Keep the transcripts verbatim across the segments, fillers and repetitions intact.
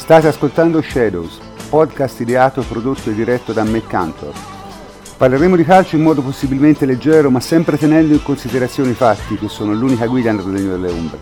State ascoltando Shadows, podcast ideato, prodotto e diretto da Matt Cantor. Parleremo di calcio in modo possibilmente leggero, ma sempre tenendo in considerazione i fatti, che sono l'unica guida nel regno delle ombre.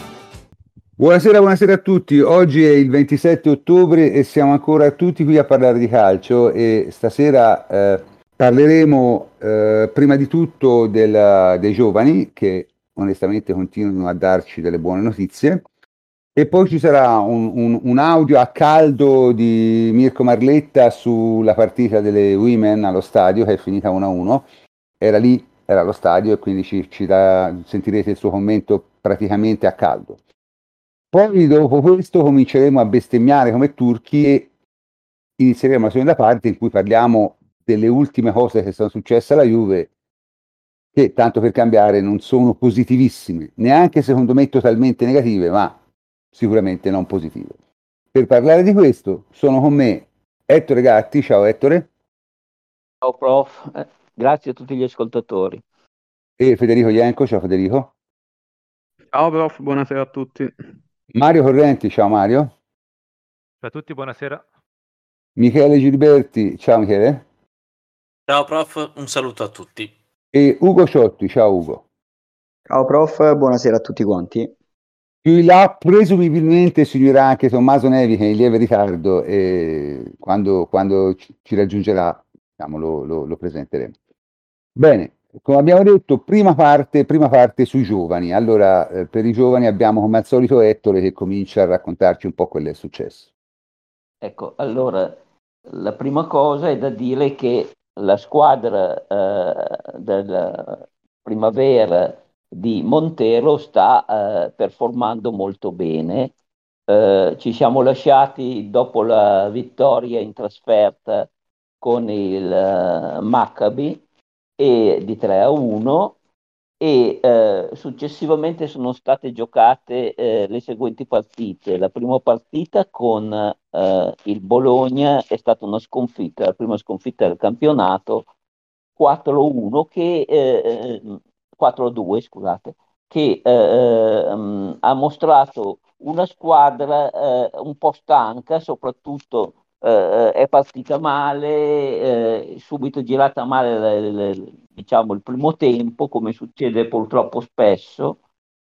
Buonasera, buonasera a tutti. Oggi è il ventisette ottobre e siamo ancora tutti qui a parlare di calcio e stasera eh, parleremo eh, prima di tutto del, dei giovani che onestamente continuano a darci delle buone notizie. E poi ci sarà un, un, un audio a caldo di Mirko Marletta sulla partita delle Women allo stadio che è finita uno a uno. Era lì, era allo stadio e quindi ci, ci da, sentirete il suo commento praticamente a caldo. Poi dopo questo cominceremo a bestemmiare come turchi e inizieremo la seconda parte in cui parliamo delle ultime cose che sono successe alla Juve, che tanto per cambiare non sono positivissime, neanche secondo me totalmente negative, ma sicuramente non positive. Per parlare di questo sono con me Ettore Gatti. Ciao Ettore. Ciao prof, eh, grazie a tutti gli ascoltatori. E Federico Ienco. Ciao Federico. Ciao prof, buonasera a tutti. Mario Correnti. Ciao Mario. Ciao a tutti, buonasera. Michele Giliberti. Ciao Michele. Ciao prof, un saluto a tutti. E Ugo Ciotti. Ciao Ugo. Ciao prof, buonasera a tutti quanti. Più in là presumibilmente si unirà anche Tommaso Nevi, che è in lieve ritardo, e quando, quando ci, ci raggiungerà, diciamo, lo, lo, lo presenteremo. Bene, come abbiamo detto, prima parte, prima parte sui giovani. Allora, eh, per i giovani abbiamo come al solito Ettore che comincia a raccontarci un po' quello che è successo. Ecco, allora, la prima cosa è da dire che la squadra eh, della primavera di Montero sta eh, performando molto bene. Eh, ci siamo lasciati dopo la vittoria in trasferta con il eh, Maccabi e di tre a uno e eh, successivamente sono state giocate eh, le seguenti partite. La prima partita con eh, il Bologna è stata una sconfitta, la prima sconfitta del campionato, quattro a uno che eh, quattro a due, scusate, che eh, mh, ha mostrato una squadra eh, un po' stanca, soprattutto eh, è partita male, eh, subito girata male le- le- diciamo il primo tempo, come succede purtroppo spesso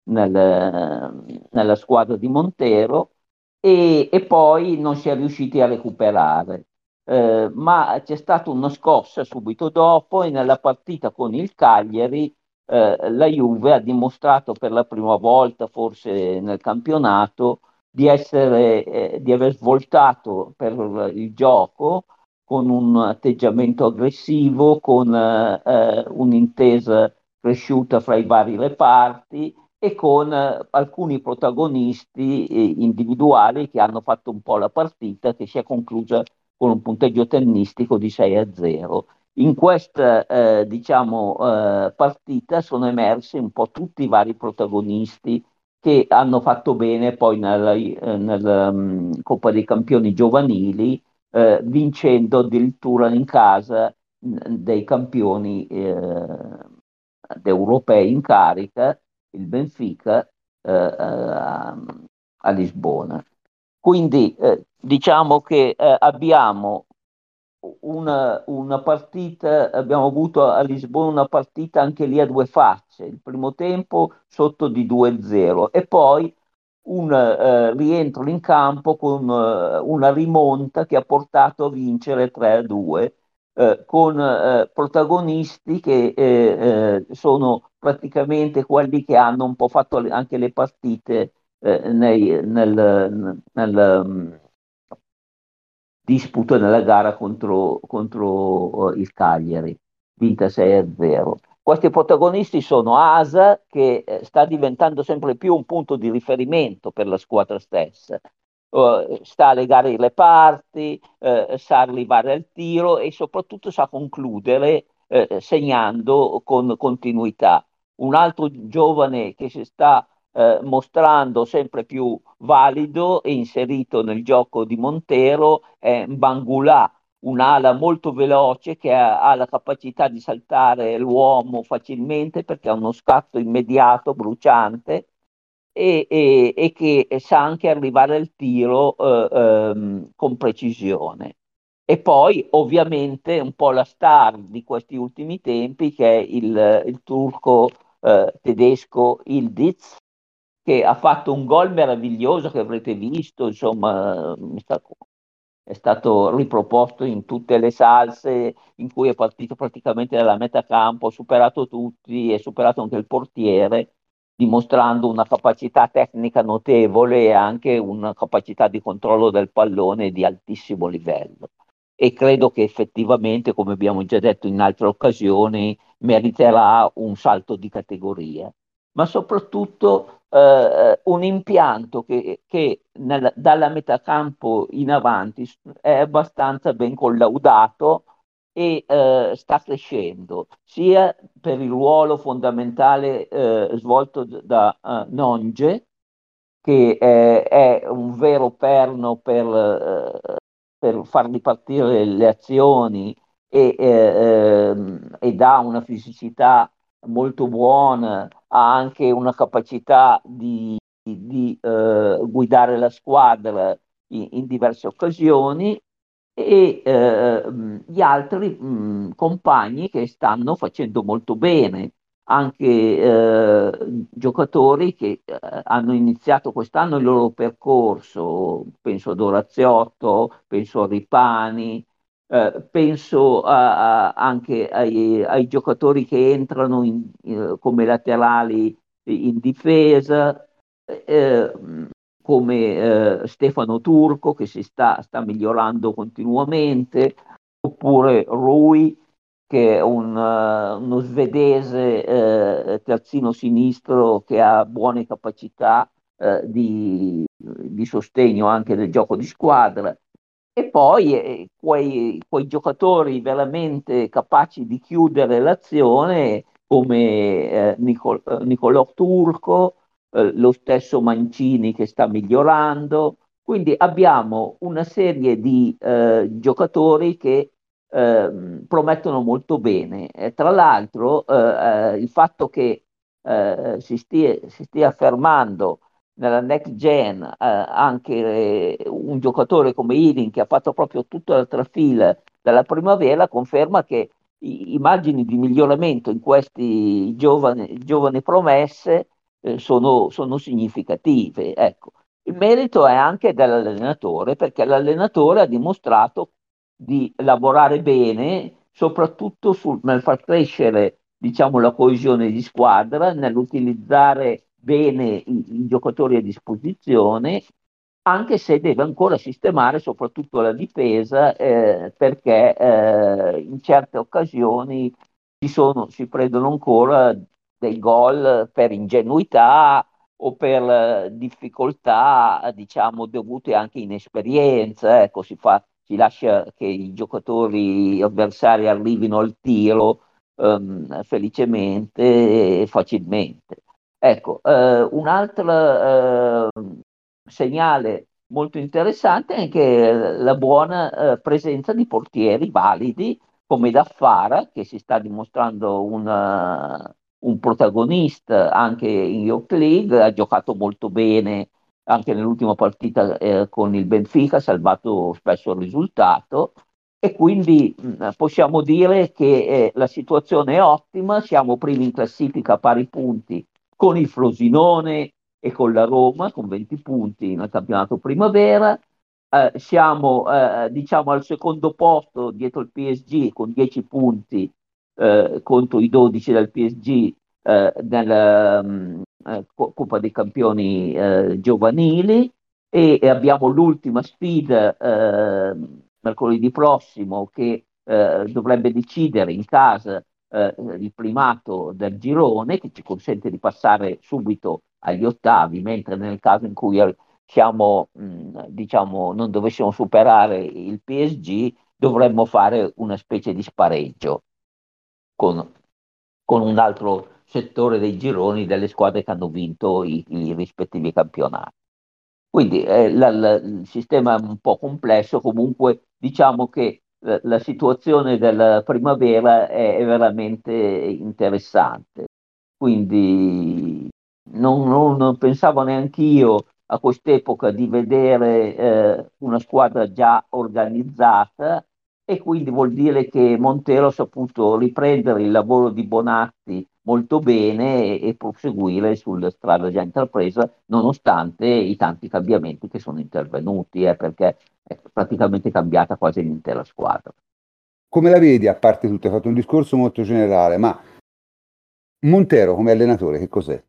nel- nella squadra di Montero, e, e poi non si è riusciti a recuperare. Eh, ma c'è stata una scossa subito dopo e nella partita con il Cagliari eh, la Juve ha dimostrato per la prima volta, forse nel campionato, di essere, eh, di aver svoltato per il gioco con un atteggiamento aggressivo, con eh, eh, un'intesa cresciuta fra i vari reparti e con eh, alcuni protagonisti eh, individuali che hanno fatto un po' la partita, che si è conclusa con un punteggio tennistico di sei a zero. In questa eh, diciamo, eh, partita sono emersi un po' tutti i vari protagonisti che hanno fatto bene poi nella, eh, nella mh, Coppa dei Campioni giovanili, eh, vincendo addirittura in casa mh, dei campioni eh, europei in carica, il Benfica, eh, a, a Lisbona. Quindi eh, diciamo che eh, abbiamo una, una partita, abbiamo avuto a Lisbona una partita anche lì a due facce, il primo tempo sotto di due a zero e poi un eh, rientro in campo con eh, una rimonta che ha portato a vincere tre a due, eh, con eh, protagonisti che eh, eh, sono praticamente quelli che hanno un po' fatto le- anche le partite eh, nei- nel, nel, mm, disputa nella gara contro, contro eh, il Cagliari, vinta sei a zero. Questi protagonisti sono Asa, che eh, sta diventando sempre più un punto di riferimento per la squadra stessa. Eh, sta a legare i reparti, eh, sa arrivare al tiro e soprattutto sa concludere eh, segnando con continuità. Un altro giovane che si sta eh, mostrando sempre più valido e inserito nel gioco di Montero è Bangulà, un'ala molto veloce che ha, ha la capacità di saltare l'uomo facilmente perché ha uno scatto immediato, bruciante, e, e- e che sa anche arrivare al tiro eh, ehm, con precisione. E poi ovviamente un po' la star di questi ultimi tempi che è il, il turco eh, tedesco Ildiz, che ha fatto un gol meraviglioso che avrete visto, insomma, mi sta- è stato riproposto in tutte le salse in cui è partito praticamente dalla metà campo, ha superato tutti e superato anche il portiere, dimostrando una capacità tecnica notevole e anche una capacità di controllo del pallone di altissimo livello. E credo che effettivamente, come abbiamo già detto in altre occasioni, meriterà un salto di categoria, ma soprattutto eh, un impianto che, che nel- dalla metà campo in avanti è abbastanza ben collaudato e eh, sta crescendo, sia per il ruolo fondamentale eh, svolto da eh, Nonge, che eh, è un vero perno per, eh, per far ripartire le azioni e, eh, ehm, e dà una fisicità molto buona, ha anche una capacità di, di, eh, guidare la squadra in, in diverse occasioni e eh, mh, gli altri mh, compagni che stanno facendo molto bene, anche eh, giocatori che eh, hanno iniziato quest'anno il loro percorso, penso ad Oraziotto, penso a Ripani, eh, penso a- a- anche ai, ai giocatori che entrano in- eh, come laterali in difesa, eh, come eh, Stefano Turco che si sta, sta migliorando continuamente, oppure Rui che è un, eh, uno svedese eh, terzino sinistro che ha buone capacità eh, di, di sostegno anche del gioco di squadra. E poi eh, quei, quei giocatori veramente capaci di chiudere l'azione come eh, Nicol- eh, Nicolò Turco, eh, lo stesso Mancini che sta migliorando. Quindi abbiamo una serie di eh, giocatori che ehm, promettono molto bene. E tra l'altro, eh, eh, il fatto che eh, si stia, si stia affermando nella next gen eh, anche eh, un giocatore come Ealing che ha fatto proprio tutta la trafila dalla primavera conferma che i, i margini di miglioramento in questi giovani, giovani promesse eh, sono, sono significative. Ecco. Il merito è anche dell'allenatore perché l'allenatore ha dimostrato di lavorare bene, soprattutto sul- nel far crescere, diciamo, la coesione di squadra, nell'utilizzare bene i, i giocatori a disposizione, anche se deve ancora sistemare soprattutto la difesa, eh, perché eh, in certe occasioni ci sono, si prendono ancora dei gol per ingenuità o per eh, difficoltà, diciamo, dovute anche in esperienza. Ecco, si fa, si lascia che i giocatori avversari arrivino al tiro ehm, felicemente e facilmente. Ecco, eh, un altro eh, segnale molto interessante è anche la buona eh, presenza di portieri validi come Daffara, che si sta dimostrando una- un protagonista anche in Youth League, ha giocato molto bene anche nell'ultima partita eh, con il Benfica, ha salvato spesso il risultato e quindi mh, possiamo dire che eh, la situazione è ottima, siamo primi in classifica a pari punti con il Frosinone e con la Roma, con venti punti nel campionato primavera. Eh, siamo eh, diciamo al secondo posto dietro il P S G con dieci punti eh, contro i dodici del P S G eh, nella mh, eh, Co- Coppa dei Campioni eh, giovanili e, e abbiamo l'ultima sfida eh, mercoledì prossimo che eh, dovrebbe decidere in casa eh, il primato del girone che ci consente di passare subito agli ottavi, mentre nel caso in cui eh, siamo, mh, diciamo, non dovessimo superare il P S G, dovremmo fare una specie di spareggio con, con un altro settore dei gironi delle squadre che hanno vinto i, i rispettivi campionati. Quindi eh, la- la- il sistema è un po' complesso, comunque diciamo che eh, la situazione della primavera è, è veramente interessante. Quindi non, non- non pensavo neanche io a quest'epoca di vedere eh, una squadra già organizzata, e quindi vuol dire che Montero ha saputo riprendere il lavoro di Bonatti molto bene e, e proseguire sulla strada già intrapresa, nonostante i tanti cambiamenti che sono intervenuti, eh, perché è praticamente cambiata quasi l'intera squadra. Come la vedi, a parte tutto, hai fatto un discorso molto generale, ma Montero come allenatore che cos'è?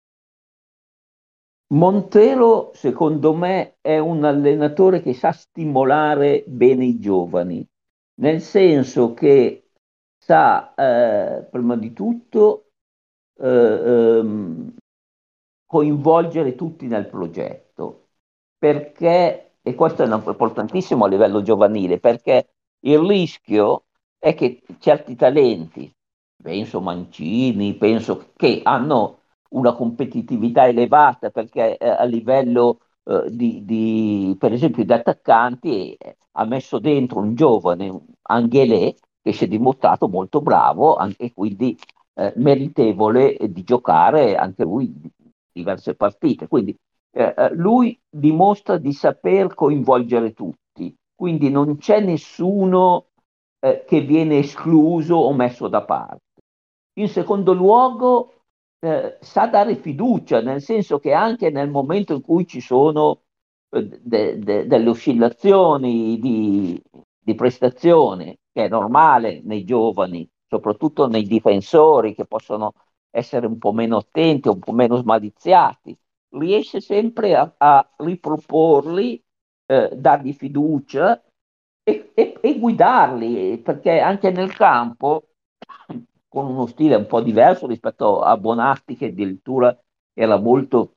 Montero, secondo me, è un allenatore che sa stimolare bene i giovani, nel senso che sa, eh, prima di tutto, eh, ehm, coinvolgere tutti nel progetto, perché, e questo è una- importantissimo a livello giovanile, perché il rischio è che certi talenti, penso Mancini, penso che hanno una competitività elevata, perché eh, a livello eh, di, di- per esempio, di attaccanti eh, ha messo dentro un giovane, un Angelè, che si è dimostrato molto bravo anche quindi eh, meritevole di giocare anche lui diverse partite. Quindi eh, eh, lui dimostra di saper coinvolgere tutti, quindi non c'è nessuno eh, che viene escluso o messo da parte. In secondo luogo, eh, sa dare fiducia, nel senso che anche nel momento in cui ci sono eh, de- de- delle oscillazioni di, di prestazione, che è normale nei giovani, soprattutto nei difensori che possono essere un po' meno attenti, un po' meno smaliziati, riesce sempre a, a riproporli, eh, dargli fiducia e, e- e guidarli, perché anche nel campo, con uno stile un po' diverso rispetto a Bonatti, che addirittura era molto,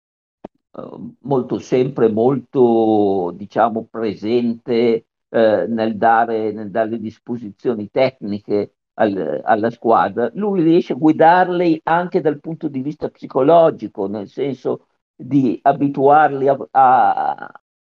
eh, molto sempre molto, diciamo, presente eh, nel dare, nel dare disposizioni tecniche al- alla squadra, lui riesce a guidarli anche dal punto di vista psicologico, nel senso di abituarli a, a-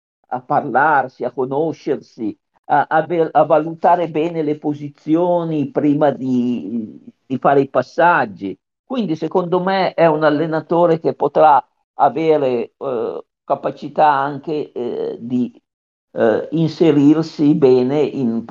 a parlarsi, a conoscersi, a, a ver- a valutare bene le posizioni prima di, di fare i passaggi. Quindi, secondo me, è un allenatore che potrà avere eh, capacità anche eh, di eh, inserirsi bene in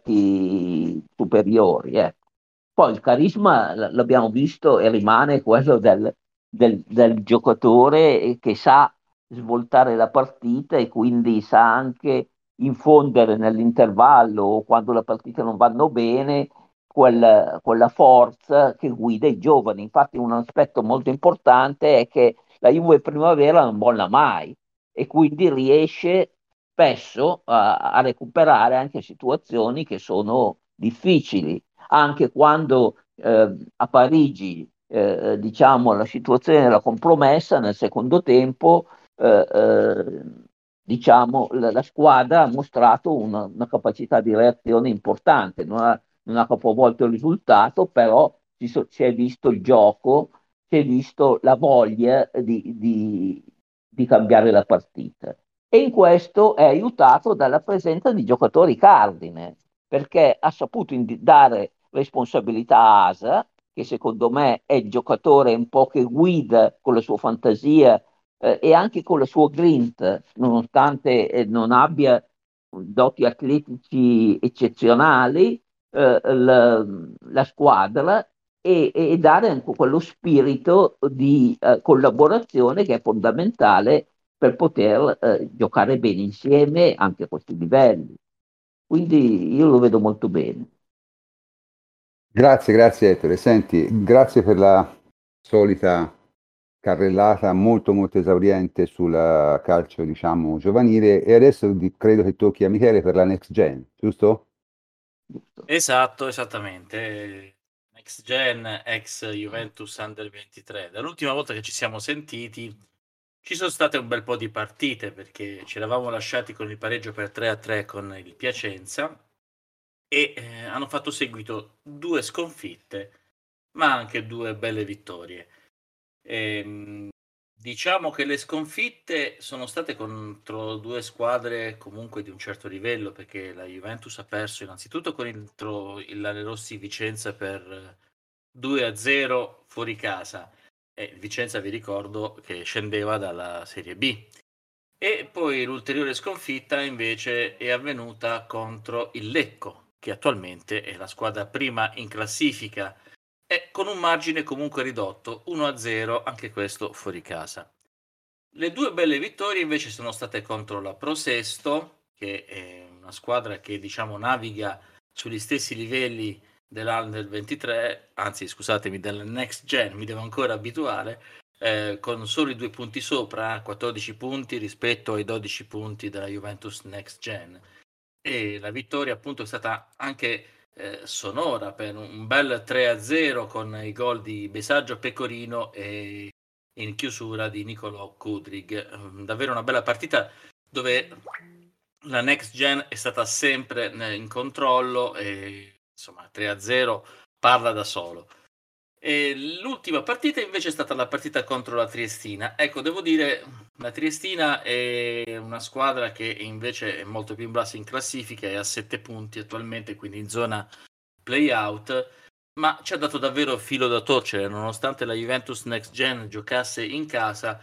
progetti superiori. Ecco. Poi il carisma l- l'abbiamo visto e rimane quello del, del- del giocatore che sa svoltare la partita e quindi sa anche infondere nell'intervallo o quando le partite non vanno bene quel- quella forza che guida i giovani. Infatti, un aspetto molto importante è che la Juve Primavera non molla mai e quindi riesce spesso a, a recuperare anche situazioni che sono difficili, anche quando eh, a Parigi eh, diciamo, la situazione era compromessa nel secondo tempo, eh, eh, diciamo, la, la squadra ha mostrato una, una capacità di reazione importante, non ha, non ha capovolto il risultato, però si, so- si è visto il gioco, si è visto la voglia di, di- di cambiare la partita. E in questo è aiutato dalla presenza di giocatori cardine, perché ha saputo indi- dare responsabilità a Asa, che secondo me è il giocatore un po' che guida con la sua fantasia eh, e anche con la sua grinta, nonostante eh, non abbia doti atletici eccezionali, eh, la, la squadra e, e dare anche quello spirito di eh, collaborazione che è fondamentale per poter eh, giocare bene insieme anche a questi livelli. Quindi io lo vedo molto bene. Grazie, grazie Ettore. Senti, grazie per la solita carrellata molto molto esauriente sul calcio, diciamo, giovanile e adesso di- credo che tocchi a Michele per la next gen, giusto? Giusto? Esatto, esattamente. Next Gen, ex Juventus Under ventitré. Dall'ultima volta che ci siamo sentiti ci sono state un bel po' di partite perché ci eravamo lasciati con il pareggio per tre a tre con il Piacenza e eh, hanno fatto seguito due sconfitte, ma anche due belle vittorie. Ehm, diciamo che le sconfitte sono state contro due squadre comunque di un certo livello, perché la Juventus ha perso innanzitutto contro il Rossi Vicenza per due a zero fuori casa e il Vicenza vi ricordo che scendeva dalla Serie B. E poi l'ulteriore sconfitta invece è avvenuta contro il Lecco, che attualmente è la squadra prima in classifica e con un margine comunque ridotto, uno a zero, anche questo fuori casa. Le due belle vittorie invece sono state contro la Pro Sesto, che è una squadra che diciamo naviga sugli stessi livelli dell'Under ventitré, anzi scusatemi, del Next Gen, mi devo ancora abituare, eh, con soli due punti sopra, quattordici punti rispetto ai dodici punti della Juventus Next Gen. E la vittoria appunto è stata anche eh, sonora per un bel tre a zero con i gol di Besaggio Pecorino e in chiusura di Nicolò Kudryk. Davvero una bella partita dove la Next Gen è stata sempre in controllo e insomma tre a zero parla da solo. E l'ultima partita invece è stata la partita contro la Triestina. Ecco, devo dire, la Triestina è una squadra che invece è molto più in basso in classifica, è a sette punti attualmente, quindi in zona play-out, ma ci ha dato davvero filo da torcere, nonostante la Juventus Next Gen giocasse in casa.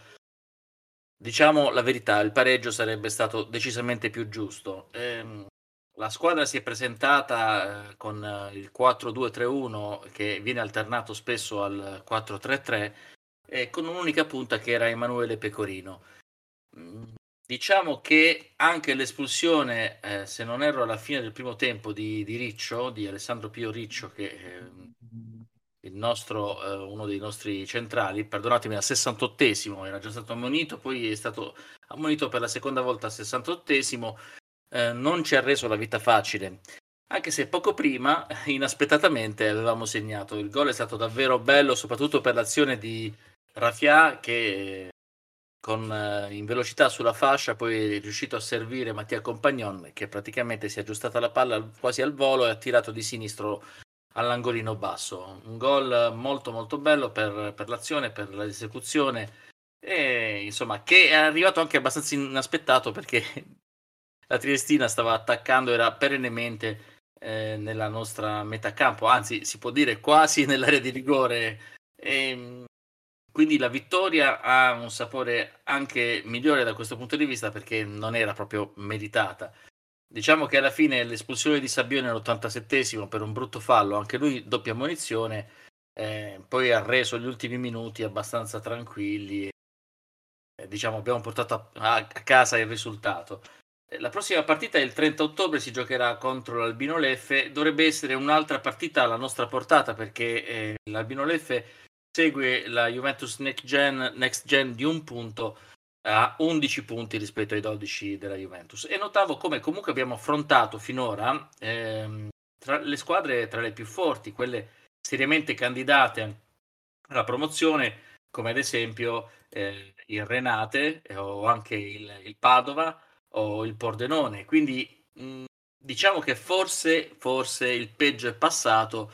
Diciamo la verità, il pareggio sarebbe stato decisamente più giusto. Ehm, La squadra si è presentata eh, con eh, il quattro due tre uno che viene alternato spesso al quattro tre tre e con un'unica punta che era Emanuele Pecorino. Mm, Diciamo che anche l'espulsione, eh, se non erro alla fine del primo tempo di, di Riccio, di Alessandro Pio Riccio, che è il nostro, eh, uno dei nostri centrali, perdonatemi, al sessantottesimo era già stato ammonito, poi è stato ammonito per la seconda volta al sessantottesimo. Eh, non ci ha reso la vita facile, anche se poco prima, inaspettatamente, avevamo segnato. Il gol è stato davvero bello, soprattutto per l'azione di Rafia che con, eh, in velocità sulla fascia poi è riuscito a servire Mattia Compagnon, che praticamente si è aggiustata la palla quasi al volo e ha tirato di sinistro all'angolino basso. Un gol molto molto bello per, per l'azione, per l'esecuzione e insomma che è arrivato anche abbastanza inaspettato perché la Triestina stava attaccando, era perennemente eh, nella nostra metà campo, anzi si può dire quasi nell'area di rigore, e quindi la vittoria ha un sapore anche migliore da questo punto di vista perché non era proprio meritata. Diciamo che alla fine l'espulsione di Sabbione all'ottantasettesimo per un brutto fallo, anche lui doppia ammonizione, eh, poi ha reso gli ultimi minuti abbastanza tranquilli e eh, diciamo abbiamo portato a, a casa il risultato. La prossima partita è il trenta ottobre, si giocherà contro l'Albino Leffe. Dovrebbe essere un'altra partita alla nostra portata perché eh, l'Albino Leffe segue la Juventus Next Gen, Next Gen di un punto a undici punti rispetto ai dodici della Juventus. E notavo come comunque abbiamo affrontato finora ehm, tra le squadre tra le più forti, quelle seriamente candidate alla promozione, come ad esempio eh, il Renate eh, o anche il, il Padova o il Pordenone, quindi mh, diciamo che forse, forse il peggio è passato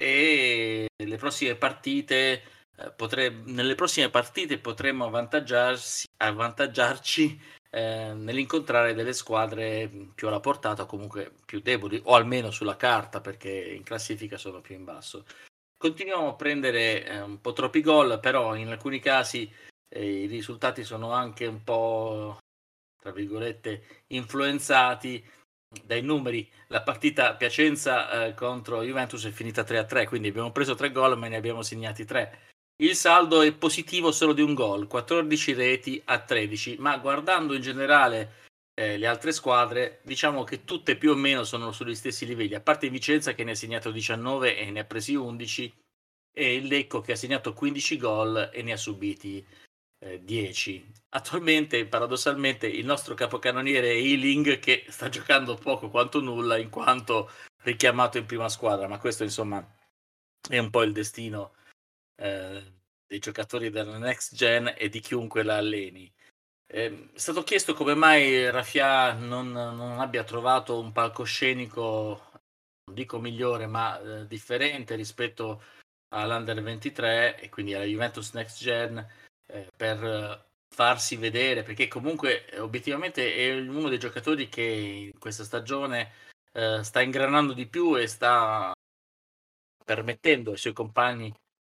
e le prossime partite eh, potre, nelle prossime partite potremmo avvantaggiarsi, avvantaggiarci eh, nell'incontrare delle squadre più alla portata, comunque più deboli, o almeno sulla carta, perché in classifica sono più in basso. Continuiamo a prendere eh, un po' troppi gol, però in alcuni casi eh, i risultati sono anche un po', tra virgolette, influenzati dai numeri. La partita Piacenza eh, contro Juventus è finita tre a tre, quindi abbiamo preso tre gol ma ne abbiamo segnati tre. Il saldo è positivo solo di un gol, quattordici reti a tredici, ma guardando in generale eh, le altre squadre, diciamo che tutte più o meno sono sugli stessi livelli, a parte Vicenza che ne ha segnato diciannove e ne ha presi undici, e il Lecco che ha segnato quindici gol e ne ha subiti eh, dieci. Attualmente, paradossalmente, il nostro capocannoniere è Ealing che sta giocando poco quanto nulla in quanto richiamato in prima squadra, ma questo insomma è un po' il destino eh, dei giocatori della Next Gen e di chiunque la alleni. Eh, è stato chiesto come mai Rafia non, non abbia trovato un palcoscenico, non dico migliore, ma eh, differente rispetto all'Under ventitré e quindi alla Juventus Next Gen eh, per eh, farsi vedere, perché comunque eh, obiettivamente è uno dei giocatori che in questa stagione eh, sta ingranando di più e sta permettendo ai suoi compagni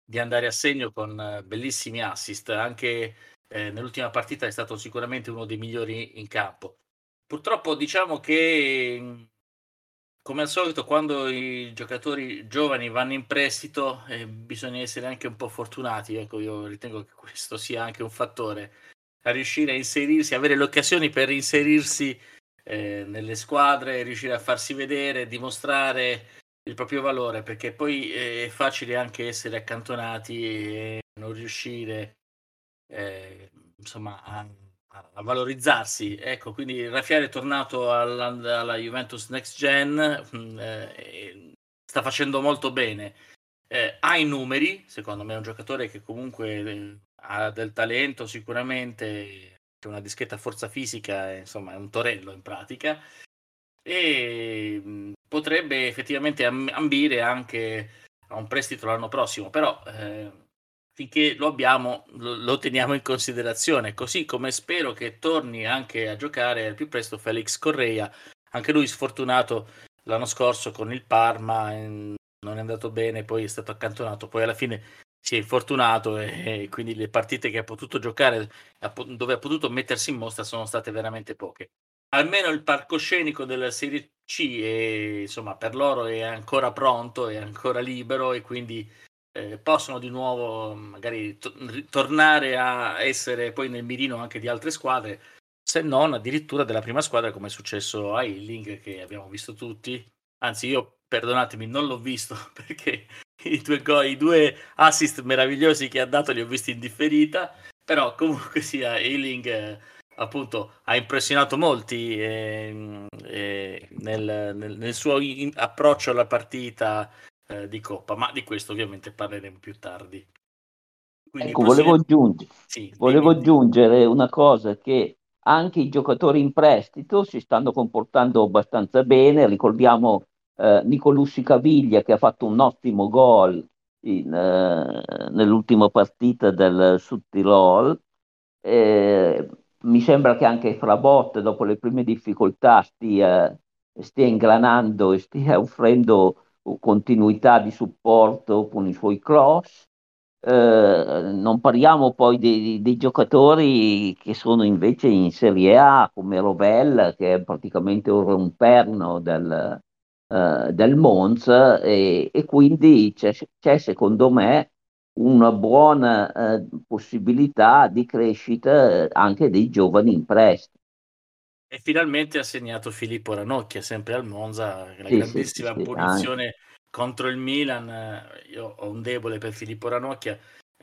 di andare a segno con eh, bellissimi assist, anche eh, nell'ultima partita è stato sicuramente uno dei migliori in campo. Purtroppo diciamo che mh, come al solito quando i giocatori giovani vanno in prestito eh, bisogna essere anche un po' fortunati, ecco, io ritengo che questo sia anche un fattore, a riuscire a inserirsi, avere le occasioni per inserirsi eh, nelle squadre, riuscire a farsi vedere, dimostrare il proprio valore, perché poi eh, è facile anche essere accantonati e non riuscire eh, insomma a, a valorizzarsi. Ecco, quindi Raffiari è tornato alla, alla Juventus Next Gen, mh, eh, sta facendo molto bene. Eh, ha i numeri, secondo me è un giocatore che comunque eh, ha del talento sicuramente, c'è una discreta forza fisica, eh, insomma è un torello in pratica, e mh, potrebbe effettivamente am- ambire anche a un prestito l'anno prossimo, però eh, finché lo abbiamo lo, lo teniamo in considerazione, così come spero che torni anche a giocare al più presto Felix Correa, anche lui sfortunato l'anno scorso con il Parma, in- non è andato bene, poi è stato accantonato, poi alla fine si è infortunato e, e quindi le partite che ha potuto giocare, ha po- dove ha potuto mettersi in mostra sono state veramente poche. Almeno il palcoscenico della Serie C è, insomma, per loro è ancora pronto, è ancora libero e quindi eh, possono di nuovo magari to- tornare a essere poi nel mirino anche di altre squadre, se non addirittura della prima squadra come è successo a Hilling che abbiamo visto tutti. Anzi, io perdonatemi, non l'ho visto perché i due, go- i due assist meravigliosi che ha dato li ho visti in differita, però comunque sia Hilling eh, appunto ha impressionato molti eh, eh, nel, nel- nel suo in- approccio alla partita eh, di Coppa, ma di questo ovviamente parleremo più tardi. Quindi Ecco, volevo prossimi... aggiungere, Sì, volevo dimmi, dimmi. aggiungere una cosa, che anche i giocatori in prestito si stanno comportando abbastanza bene. Ricordiamo eh, Nicolussi Caviglia che ha fatto un ottimo gol in, eh, nell'ultima partita del Sud Tirol. Eh, Mi sembra che anche Frabot, dopo le prime difficoltà, stia, stia ingranando e stia offrendo continuità di supporto con i suoi cross. Eh, non parliamo poi dei, dei giocatori che sono invece in Serie A, come Rovella, che è praticamente ora un perno del, eh, del Monza, e, e quindi c'è, c'è, secondo me una buona eh, possibilità di crescita eh, anche dei giovani in prestito. E finalmente ha segnato Filippo Ranocchia, sempre al Monza, la Sì, sì, sì, grandissima sì, anche. punizione contro il Milan. Io ho un debole per Filippo Ranocchia,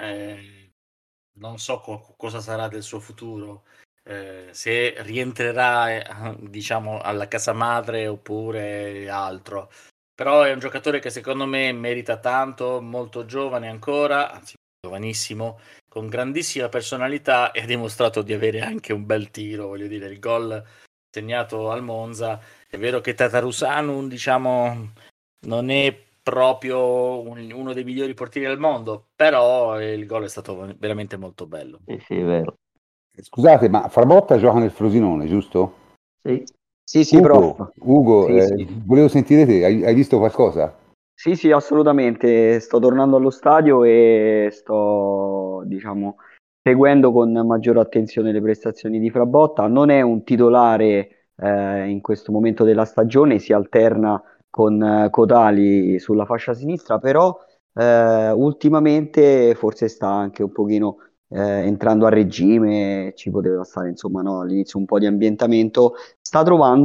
eh, non so co- cosa sarà del suo futuro, eh, se rientrerà, eh, diciamo, alla casa madre oppure altro. Però è un giocatore che secondo me merita tanto, molto giovane ancora, anzi giovanissimo, con grandissima personalità e ha dimostrato di avere anche un bel tiro, voglio dire, il gol segnato al Monza. È vero che Tatarusanu, diciamo, non è proprio un- uno dei migliori portieri al mondo, però il gol è stato veramente molto bello. Sì, sì, è vero. Scusate, ma Frabotta gioca nel Frosinone, giusto? Sì. Sì, sì, Ugo, prof. Ugo, Sì, eh, sì. volevo sentire te, hai, hai visto qualcosa? Sì, sì, assolutamente. Sto tornando allo stadio e sto, diciamo, seguendo con maggiore attenzione le prestazioni di Frabotta. Non è un titolare eh, in questo momento della stagione, si alterna con eh, Cotali sulla fascia sinistra, però eh, ultimamente forse sta anche un pochino eh, entrando a regime, ci poteva stare, insomma, no, all'inizio un po' di ambientamento. Sta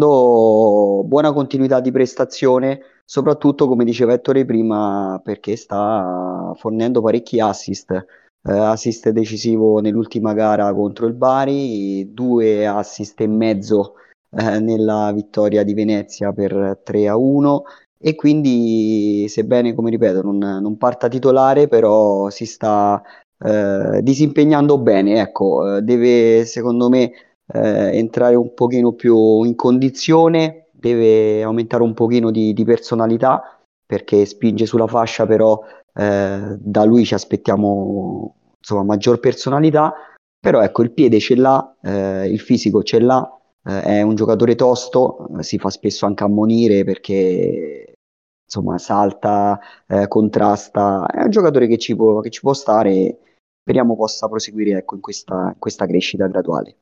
trovando buona continuità di prestazione, soprattutto come diceva Ettore prima, perché sta fornendo parecchi assist. Eh, assist decisivo nell'ultima gara contro il Bari, due assist e mezzo eh, nella vittoria di Venezia per tre a uno, e quindi sebbene, come ripeto, non, non parta titolare, però si sta eh, disimpegnando bene, ecco, eh, deve secondo me eh, entrare un pochino più in condizione, deve aumentare un pochino di, di personalità, perché spinge sulla fascia, però eh, da lui ci aspettiamo insomma maggior personalità. Però ecco, il piede ce l'ha, eh, il fisico ce l'ha, eh, è un giocatore tosto, eh, si fa spesso anche ammonire perché insomma salta, eh, contrasta, è un giocatore che ci può, che ci può stare e speriamo possa proseguire, ecco, in questa, in questa crescita graduale.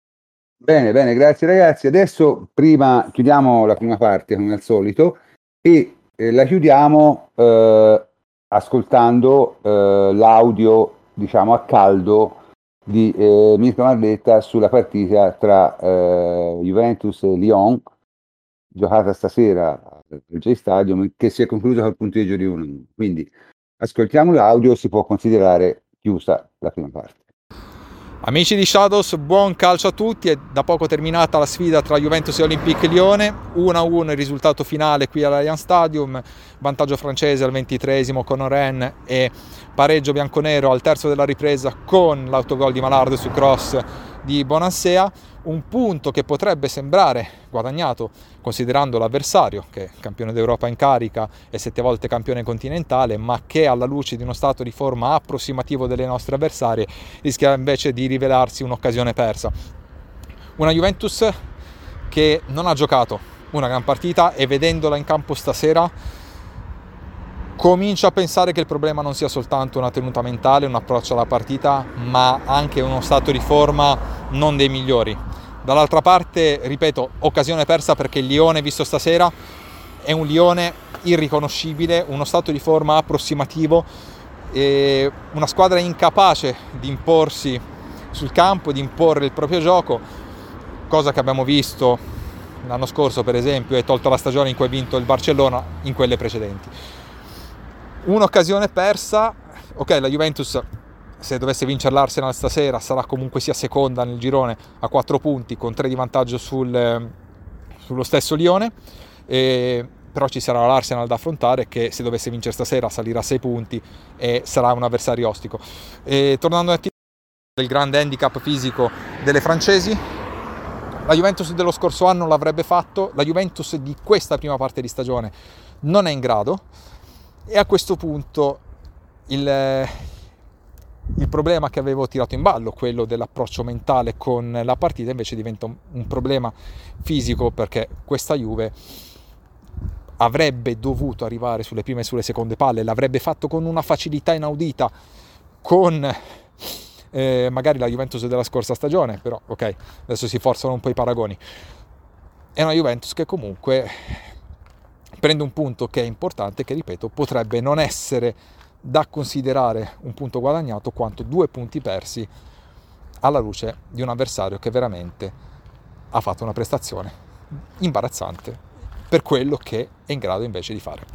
Bene, bene, grazie ragazzi. Adesso prima chiudiamo la prima parte come al solito e eh, la chiudiamo eh, ascoltando eh, l'audio, diciamo, a caldo di eh, Mirko Marletta sulla partita tra eh, Juventus e Lyon, giocata stasera al J-Stadium, che si è conclusa col punteggio di uno. Quindi ascoltiamo l'audio, si può considerare chiusa la prima parte. Amici di Shadows, buon calcio a tutti. È da poco terminata la sfida tra Juventus e Olympique Lione, uno a uno il risultato finale qui all'Allianz Stadium, vantaggio francese al ventitreesimo con Oren e pareggio bianconero al terzo della ripresa con l'autogol di Malard su cross di Bonansea, un punto che potrebbe sembrare guadagnato considerando l'avversario, che è campione d'Europa in carica e sette volte campione continentale, ma che alla luce di uno stato di forma approssimativo delle nostre avversarie rischia invece di rivelarsi un'occasione persa. Una Juventus che non ha giocato una gran partita e vedendola in campo stasera comincia a pensare che il problema non sia soltanto una tenuta mentale, un approccio alla partita, ma anche uno stato di forma non dei migliori. Dall'altra parte, ripeto, occasione persa perché il Lione visto stasera è un Lione irriconoscibile, uno stato di forma approssimativo, e una squadra incapace di imporsi sul campo, di imporre il proprio gioco, cosa che abbiamo visto l'anno scorso per esempio, e tolto la stagione in cui ha vinto il Barcellona, in quelle precedenti. Un'occasione persa, ok, la Juventus se dovesse vincere l'Arsenal stasera sarà comunque sia seconda nel girone a quattro punti con tre di vantaggio sul, sullo stesso Lione, e, però ci sarà l'Arsenal da affrontare che se dovesse vincere stasera salirà a sei punti e sarà un avversario ostico. E, tornando al del grande handicap fisico delle francesi, la Juventus dello scorso anno l'avrebbe fatto, la Juventus di questa prima parte di stagione non è in grado. E a questo punto il, il problema che avevo tirato in ballo, quello dell'approccio mentale con la partita, invece diventa un, un problema fisico, perché questa Juve avrebbe dovuto arrivare sulle prime e sulle seconde palle, l'avrebbe fatto con una facilità inaudita, con eh, magari la Juventus della scorsa stagione, però ok, adesso si forzano un po' i paragoni. È una Juventus che comunque prende un punto che è importante, che ripeto potrebbe non essere da considerare un punto guadagnato quanto due punti persi alla luce di un avversario che veramente ha fatto una prestazione imbarazzante per quello che è in grado invece di fare.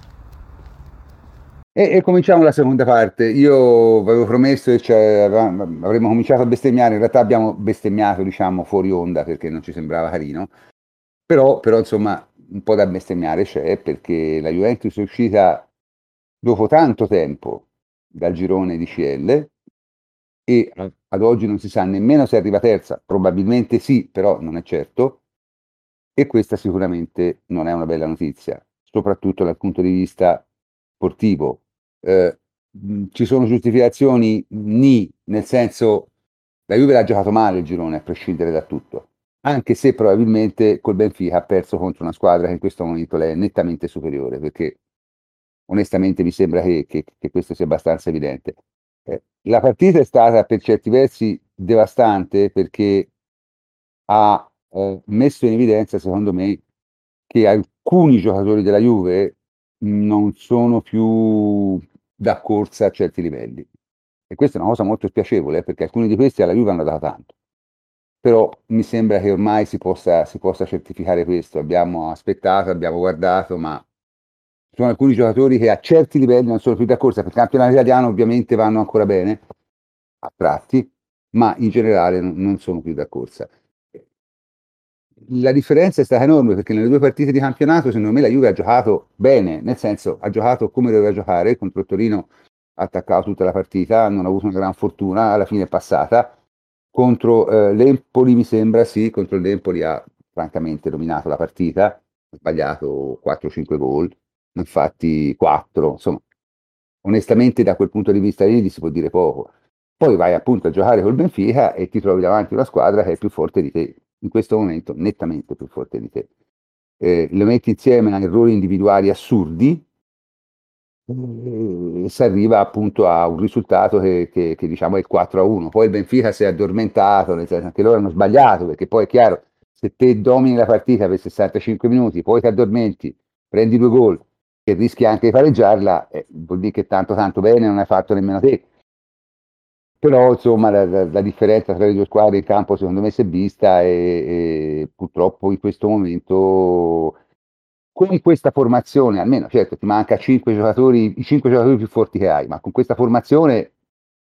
E, e cominciamo la seconda parte. Io avevo promesso che cioè, avremmo cominciato a bestemmiare, in realtà abbiamo bestemmiato diciamo fuori onda perché non ci sembrava carino, però, però insomma un po' da bestemmiare c'è, perché la Juventus è uscita dopo tanto tempo dal girone di C L e ad oggi non si sa nemmeno se arriva terza, probabilmente sì, però non è certo, e questa sicuramente non è una bella notizia, soprattutto dal punto di vista sportivo. Eh, ci sono giustificazioni ni, nel senso la Juve l'ha giocato male il girone a prescindere da tutto, anche se probabilmente col Benfica ha perso contro una squadra che in questo momento le è nettamente superiore, perché onestamente mi sembra che, che, che questo sia abbastanza evidente. Eh, la partita è stata per certi versi devastante perché ha eh, messo in evidenza, secondo me, che alcuni giocatori della Juve non sono più da corsa a certi livelli. E questa è una cosa molto spiacevole, eh, perché alcuni di questi alla Juve hanno dato tanto. Però mi sembra che ormai si possa, si possa certificare questo. Abbiamo aspettato, abbiamo guardato, ma ci sono alcuni giocatori che a certi livelli non sono più da corsa. Per il campionato italiano ovviamente vanno ancora bene, a tratti, ma in generale non, non sono più da corsa. La differenza è stata enorme perché nelle due partite di campionato secondo me la Juve ha giocato bene, nel senso ha giocato come doveva giocare, contro il Torino ha attaccato tutta la partita, non ha avuto una gran fortuna, alla fine è passata. Contro eh, l'Empoli mi sembra, sì, contro l'Empoli ha francamente dominato la partita, ha sbagliato quattro cinque gol, infatti quattro, insomma, onestamente da quel punto di vista lì si può dire poco. Poi vai appunto a giocare col Benfica e ti trovi davanti una squadra che è più forte di te, in questo momento nettamente più forte di te. eh, lo metti insieme a errori individuali assurdi e si arriva appunto a un risultato che, che- che, diciamo è il quattro a uno. Poi il Benfica si è addormentato, nel senso, anche loro hanno sbagliato, perché poi è chiaro, se te domini la partita per sessantacinque minuti, poi ti addormenti, prendi due gol e rischi anche di pareggiarla, eh, vuol dire che tanto tanto bene non hai fatto nemmeno te. Però insomma la, la- la differenza tra le due squadre in campo secondo me si è vista, e, e purtroppo in questo momento con questa formazione, almeno certo ti manca cinque giocatori, i cinque giocatori più forti che hai, ma con questa formazione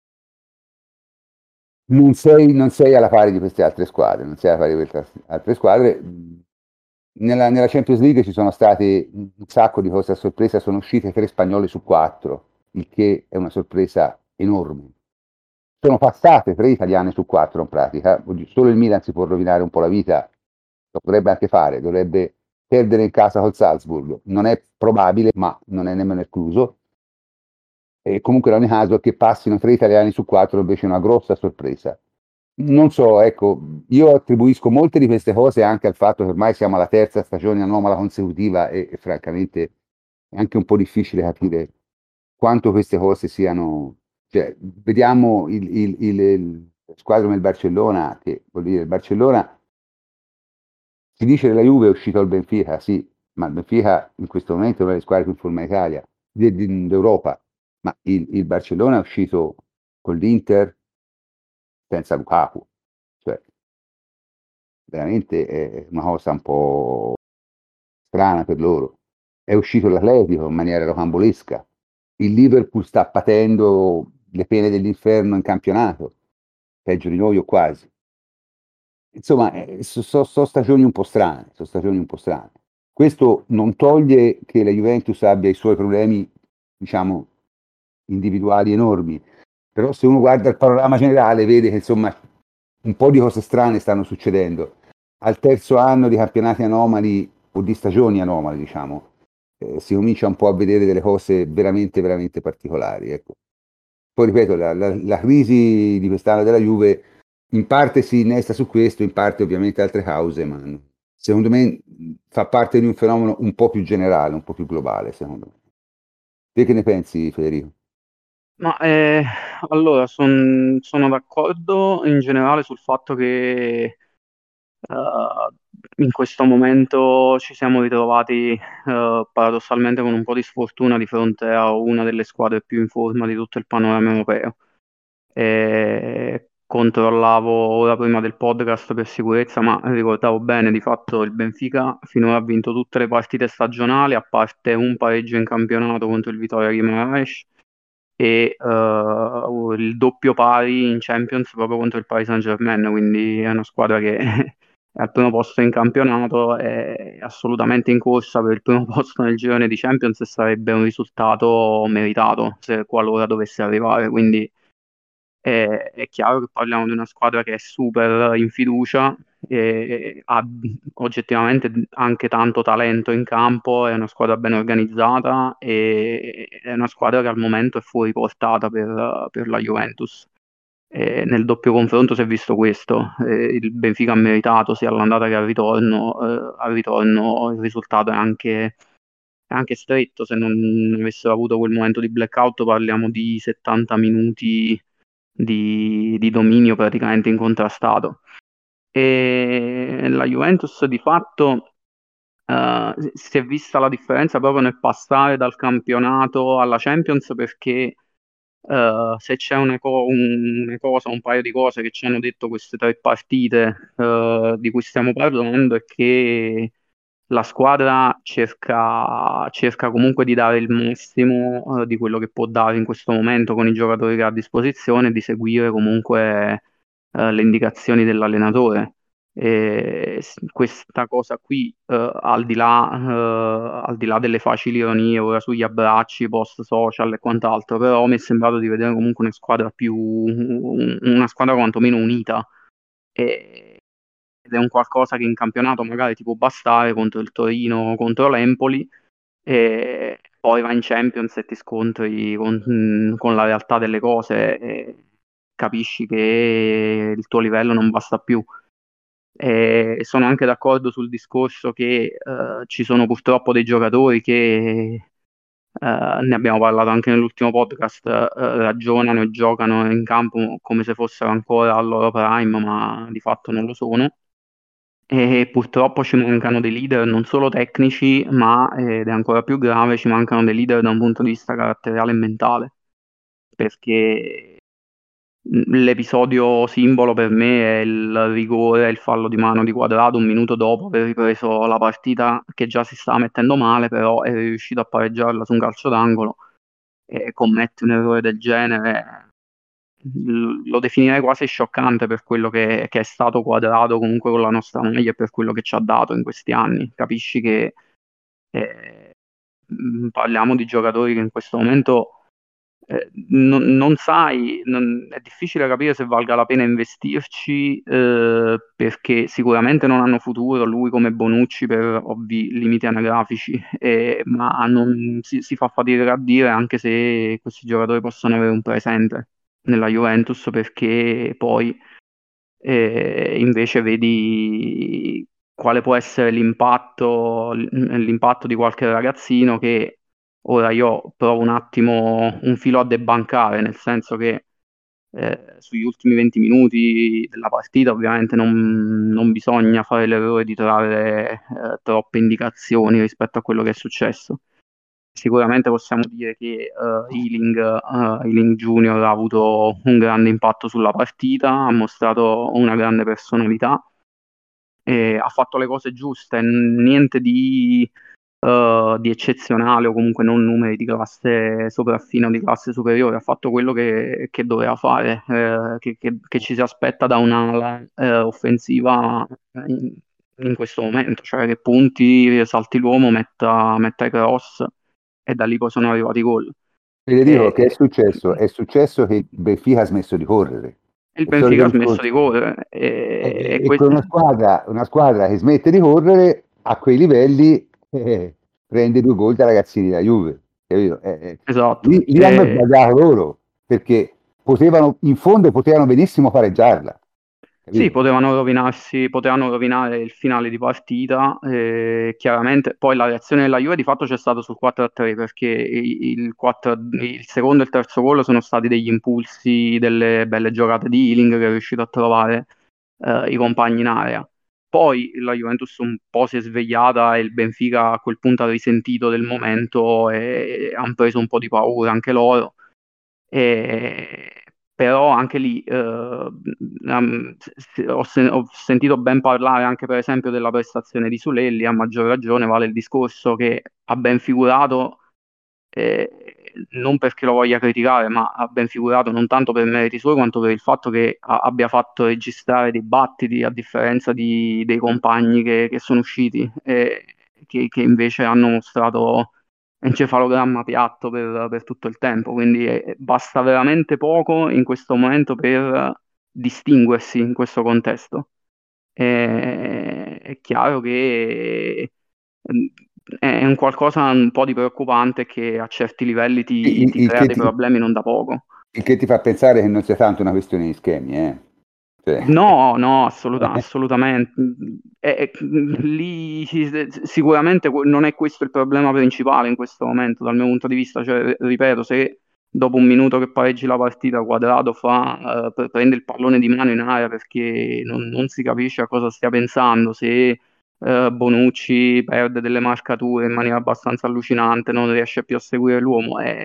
non sei, non sei alla pari di queste altre squadre, non sei alla pari di queste altre squadre. Nella, nella Champions League ci sono state un sacco di cose a sorpresa, sono uscite tre spagnole su quattro, il che è una sorpresa enorme. Sono passate tre italiane su quattro in pratica, solo il Milan si può rovinare un po' la vita, lo potrebbe anche fare, dovrebbe perdere in casa col Salzburg, non è probabile, ma non è nemmeno escluso. E comunque in ogni caso che passino tre italiani su quattro invece è una grossa sorpresa. Non so, ecco, io attribuisco molte di queste cose anche al fatto che ormai siamo alla terza stagione anomala consecutiva e, e francamente è anche un po' difficile capire quanto queste cose siano, cioè, vediamo il, il, il, il squadro del Barcellona, che vuol dire il Barcellona, si dice che la Juve è uscita dal Benfica, sì, ma il Benfica in questo momento è una delle squadre più in forma d'Italia, di- di- d'Europa, ma il, il Barcellona è uscito con l'Inter senza Lukaku, cioè veramente è una cosa un po' strana per loro. È uscito l'Atletico in maniera rocambolesca. Il Liverpool sta patendo le pene dell'inferno in campionato, peggio di noi o quasi. Insomma, eh, so, so- so stagioni un po' strane, sono stagioni un po' strane. Questo non toglie che la Juventus abbia i suoi problemi, diciamo, individuali enormi, però se uno guarda il panorama generale vede che insomma un po' di cose strane stanno succedendo. Al terzo anno di campionati anomali o di stagioni anomali, diciamo, eh, si comincia un po' a vedere delle cose veramente, veramente particolari. Ecco. Poi ripeto, la, la- la crisi di quest'anno della Juve in parte si innesta su questo, in parte ovviamente altre cause, ma secondo me fa parte di un fenomeno un po' più generale, un po' più globale, secondo me. Te che ne pensi, Federico? Ma eh, allora son- sono d'accordo in generale sul fatto che eh, in questo momento ci siamo ritrovati eh, paradossalmente con un po' di sfortuna di fronte a una delle squadre più in forma di tutto il panorama europeo. E controllavo ora prima del podcast per sicurezza, ma ricordavo bene, di fatto il Benfica finora ha vinto tutte le partite stagionali, a parte un pareggio in campionato contro il Vitória Guimarães e eh, il doppio pari in Champions proprio contro il Paris Saint-Germain, quindi è una squadra che è al primo posto in campionato, è assolutamente in corsa per il primo posto nel girone di Champions e sarebbe un risultato meritato se qualora dovesse arrivare, quindi è, è chiaro che parliamo di una squadra che è super in fiducia e ha oggettivamente anche tanto talento in campo, è una squadra ben organizzata e è una squadra che al momento è fuori portata per, per la Juventus. E nel doppio confronto si è visto questo, eh, il Benfica ha meritato sia all'andata che al ritorno, eh, al ritorno il risultato è anche, è anche stretto, se non avessero avuto quel momento di blackout parliamo di settanta minuti di, di dominio praticamente incontrastato. E la Juventus di fatto eh, si è vista la differenza proprio nel passare dal campionato alla Champions perché eh, se c'è una, co- un- una cosa, un paio di cose che ci hanno detto queste tre partite eh, di cui stiamo parlando è che la squadra cerca, cerca comunque di dare il massimo eh, di quello che può dare in questo momento con i giocatori che ha a disposizione e di seguire comunque eh, le indicazioni dell'allenatore. E s- questa cosa qui, eh, al di là, eh, al di là delle facili ironie ora sugli abbracci post social e quant'altro, però mi è sembrato di vedere comunque una squadra più, un- una squadra quantomeno unita. E- ed è un qualcosa che in campionato magari ti può bastare contro il Torino, contro l'Empoli, e poi vai in Champions e ti scontri con, con la realtà delle cose e capisci che il tuo livello non basta più. E sono anche d'accordo sul discorso che eh, ci sono purtroppo dei giocatori che, eh, ne abbiamo parlato anche nell'ultimo podcast, eh, ragionano e giocano in campo come se fossero ancora al loro prime, ma di fatto non lo sono. E purtroppo ci mancano dei leader non solo tecnici, ma, ed è ancora più grave, ci mancano dei leader da un punto di vista caratteriale e mentale, perché l'episodio simbolo per me è il rigore, il fallo di mano di Quadrado un minuto dopo aver ripreso la partita che già si stava mettendo male, però è riuscito a pareggiarla su un calcio d'angolo e commette un errore del genere. L- Lo definirei quasi scioccante per quello che, che è stato Quadrado comunque con la nostra maglia e per quello che ci ha dato in questi anni. Capisci che eh, mh, parliamo di giocatori che in questo momento eh, non, non sai, non- è difficile capire se valga la pena investirci, eh, perché sicuramente non hanno futuro, lui come Bonucci per ovvi limiti anagrafici, eh, ma non si, si fa fatica a dire anche se questi giocatori possono avere un presente nella Juventus, perché poi e invece vedi quale può essere l'impatto, l'impatto di qualche ragazzino che ora io provo un attimo un filo a debancare, nel senso che eh, sugli ultimi venti minuti della partita ovviamente non, non bisogna fare l'errore di trarre eh, troppe indicazioni rispetto a quello che è successo. Sicuramente possiamo dire che uh, Ealing, uh, Ealing Junior ha avuto un grande impatto sulla partita, ha mostrato una grande personalità e ha fatto le cose giuste, niente di, uh, di eccezionale o comunque non numeri di classe sopraffina o di classe superiore, ha fatto quello che, che doveva fare, eh, che, che- che ci si aspetta da un'ala eh, offensiva in, in questo momento, cioè che punti, salti l'uomo, metta, metta i cross e da lì poi sono arrivati i gol. E le dico che è E, successo? È successo che il Benfica ha smesso di correre. il Il solito Benfica ha smesso discorso. di correre e, E, e e con questo, una squadra, una squadra che smette di correre a quei livelli eh, prende due gol da ragazzini da Juve. Capito? Eh, eh, esatto. lì, lì hanno E, sbagliato loro perché potevano, in fondo potevano benissimo pareggiarla. sì, Capito? potevano rovinarsi, potevano rovinare il finale di partita. Eh, chiaramente, poi la reazione della Juve di fatto c'è stata sul quattro a tre perché il, il quattro il secondo e il terzo gol sono stati degli impulsi, delle belle giocate di Ealing che è riuscito a trovare eh, i compagni in area. Poi la Juventus un po' si è svegliata e il Benfica a quel punto ha risentito del momento e hanno preso un po' di paura anche loro. E- Però anche lì eh, um, s- ho, sen- ho sentito ben parlare anche per esempio della prestazione di Sulelli, a maggior ragione vale il discorso che ha ben figurato, eh, non perché lo voglia criticare, ma ha ben figurato non tanto per meriti suoi quanto per il fatto che a- abbia fatto registrare dei battiti a differenza di- dei compagni che, che sono usciti e che, che invece hanno mostrato encefalogramma piatto per, per tutto il tempo, quindi eh, basta veramente poco in questo momento per distinguersi in questo contesto. E- è chiaro che mm, è un qualcosa un po' di preoccupante che a certi livelli ti, Il, ti il crea che dei ti, problemi non da poco. il che ti fa pensare che non sia tanto una questione di schemi, eh? Cioè, No, no, assoluta- assolutamente. E- e- lì si- sicuramente que- non è questo il problema principale in questo momento, dal mio punto di vista. Cioè, ripeto, se dopo un minuto che pareggi la partita, Quadrado fa, eh, pre- prende il pallone di mano in aria perché non, non si capisce a cosa stia pensando, se eh, Bonucci perde delle marcature in maniera abbastanza allucinante, non riesce più a seguire l'uomo, è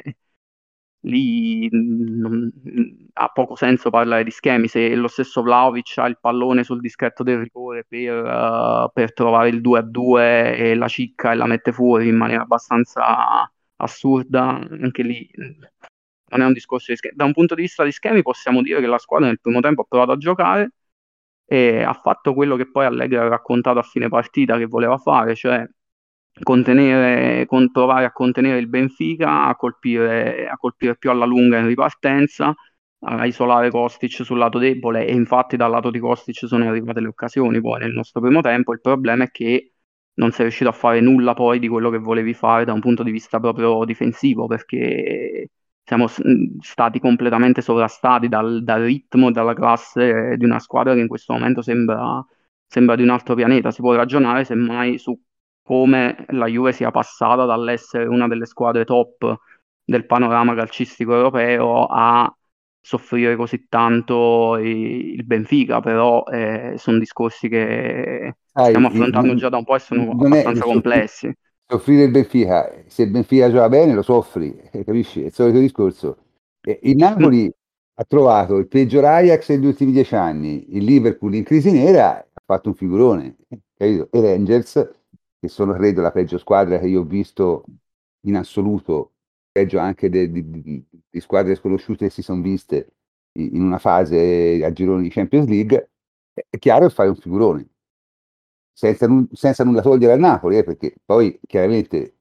lì mh, non- mh, ha poco senso parlare di schemi. Se lo stesso Vlahovic ha il pallone sul dischetto del rigore per, eh, per trovare il due a due e la cicca e la mette fuori in maniera abbastanza assurda, anche lì mh, non è un discorso di schemi. Da un punto di vista di schemi possiamo dire che la squadra nel primo tempo ha provato a giocare e ha fatto quello che poi Allegri ha raccontato a fine partita che voleva fare, cioè contenere, con- provare a contenere il Benfica, a colpire, a colpire più alla lunga in ripartenza, a isolare Kostic sul lato debole e infatti dal lato di Kostic sono arrivate le occasioni poi nel nostro primo tempo. Il problema è che non sei riuscito a fare nulla poi di quello che volevi fare da un punto di vista proprio difensivo perché siamo s- stati completamente sovrastati dal, dal ritmo e dalla classe di una squadra che in questo momento sembra sembra di un altro pianeta. Si può ragionare semmai su come la Juve sia passata dall'essere una delle squadre top del panorama calcistico europeo a soffrire così tanto i- il Benfica, però eh, sono discorsi che stiamo Sai, affrontando non, già da un po' e sono non è abbastanza soffri- complessi. soffrire il Benfica, se il Benfica gioca bene lo soffri, eh, capisci? È il solito discorso. Eh, Il Mm. Napoli ha trovato il peggior Ajax degli ultimi dieci anni, il Liverpool in crisi nera ha fatto un figurone, capito? E Rangers, che sono credo la peggio squadra che io ho visto in assoluto, peggio anche de- di, di- di squadre sconosciute che si sono viste in in una fase a gironi di Champions League, è chiaro che fai un figurone senza, nu- senza nulla togliere al Napoli, eh, perché poi chiaramente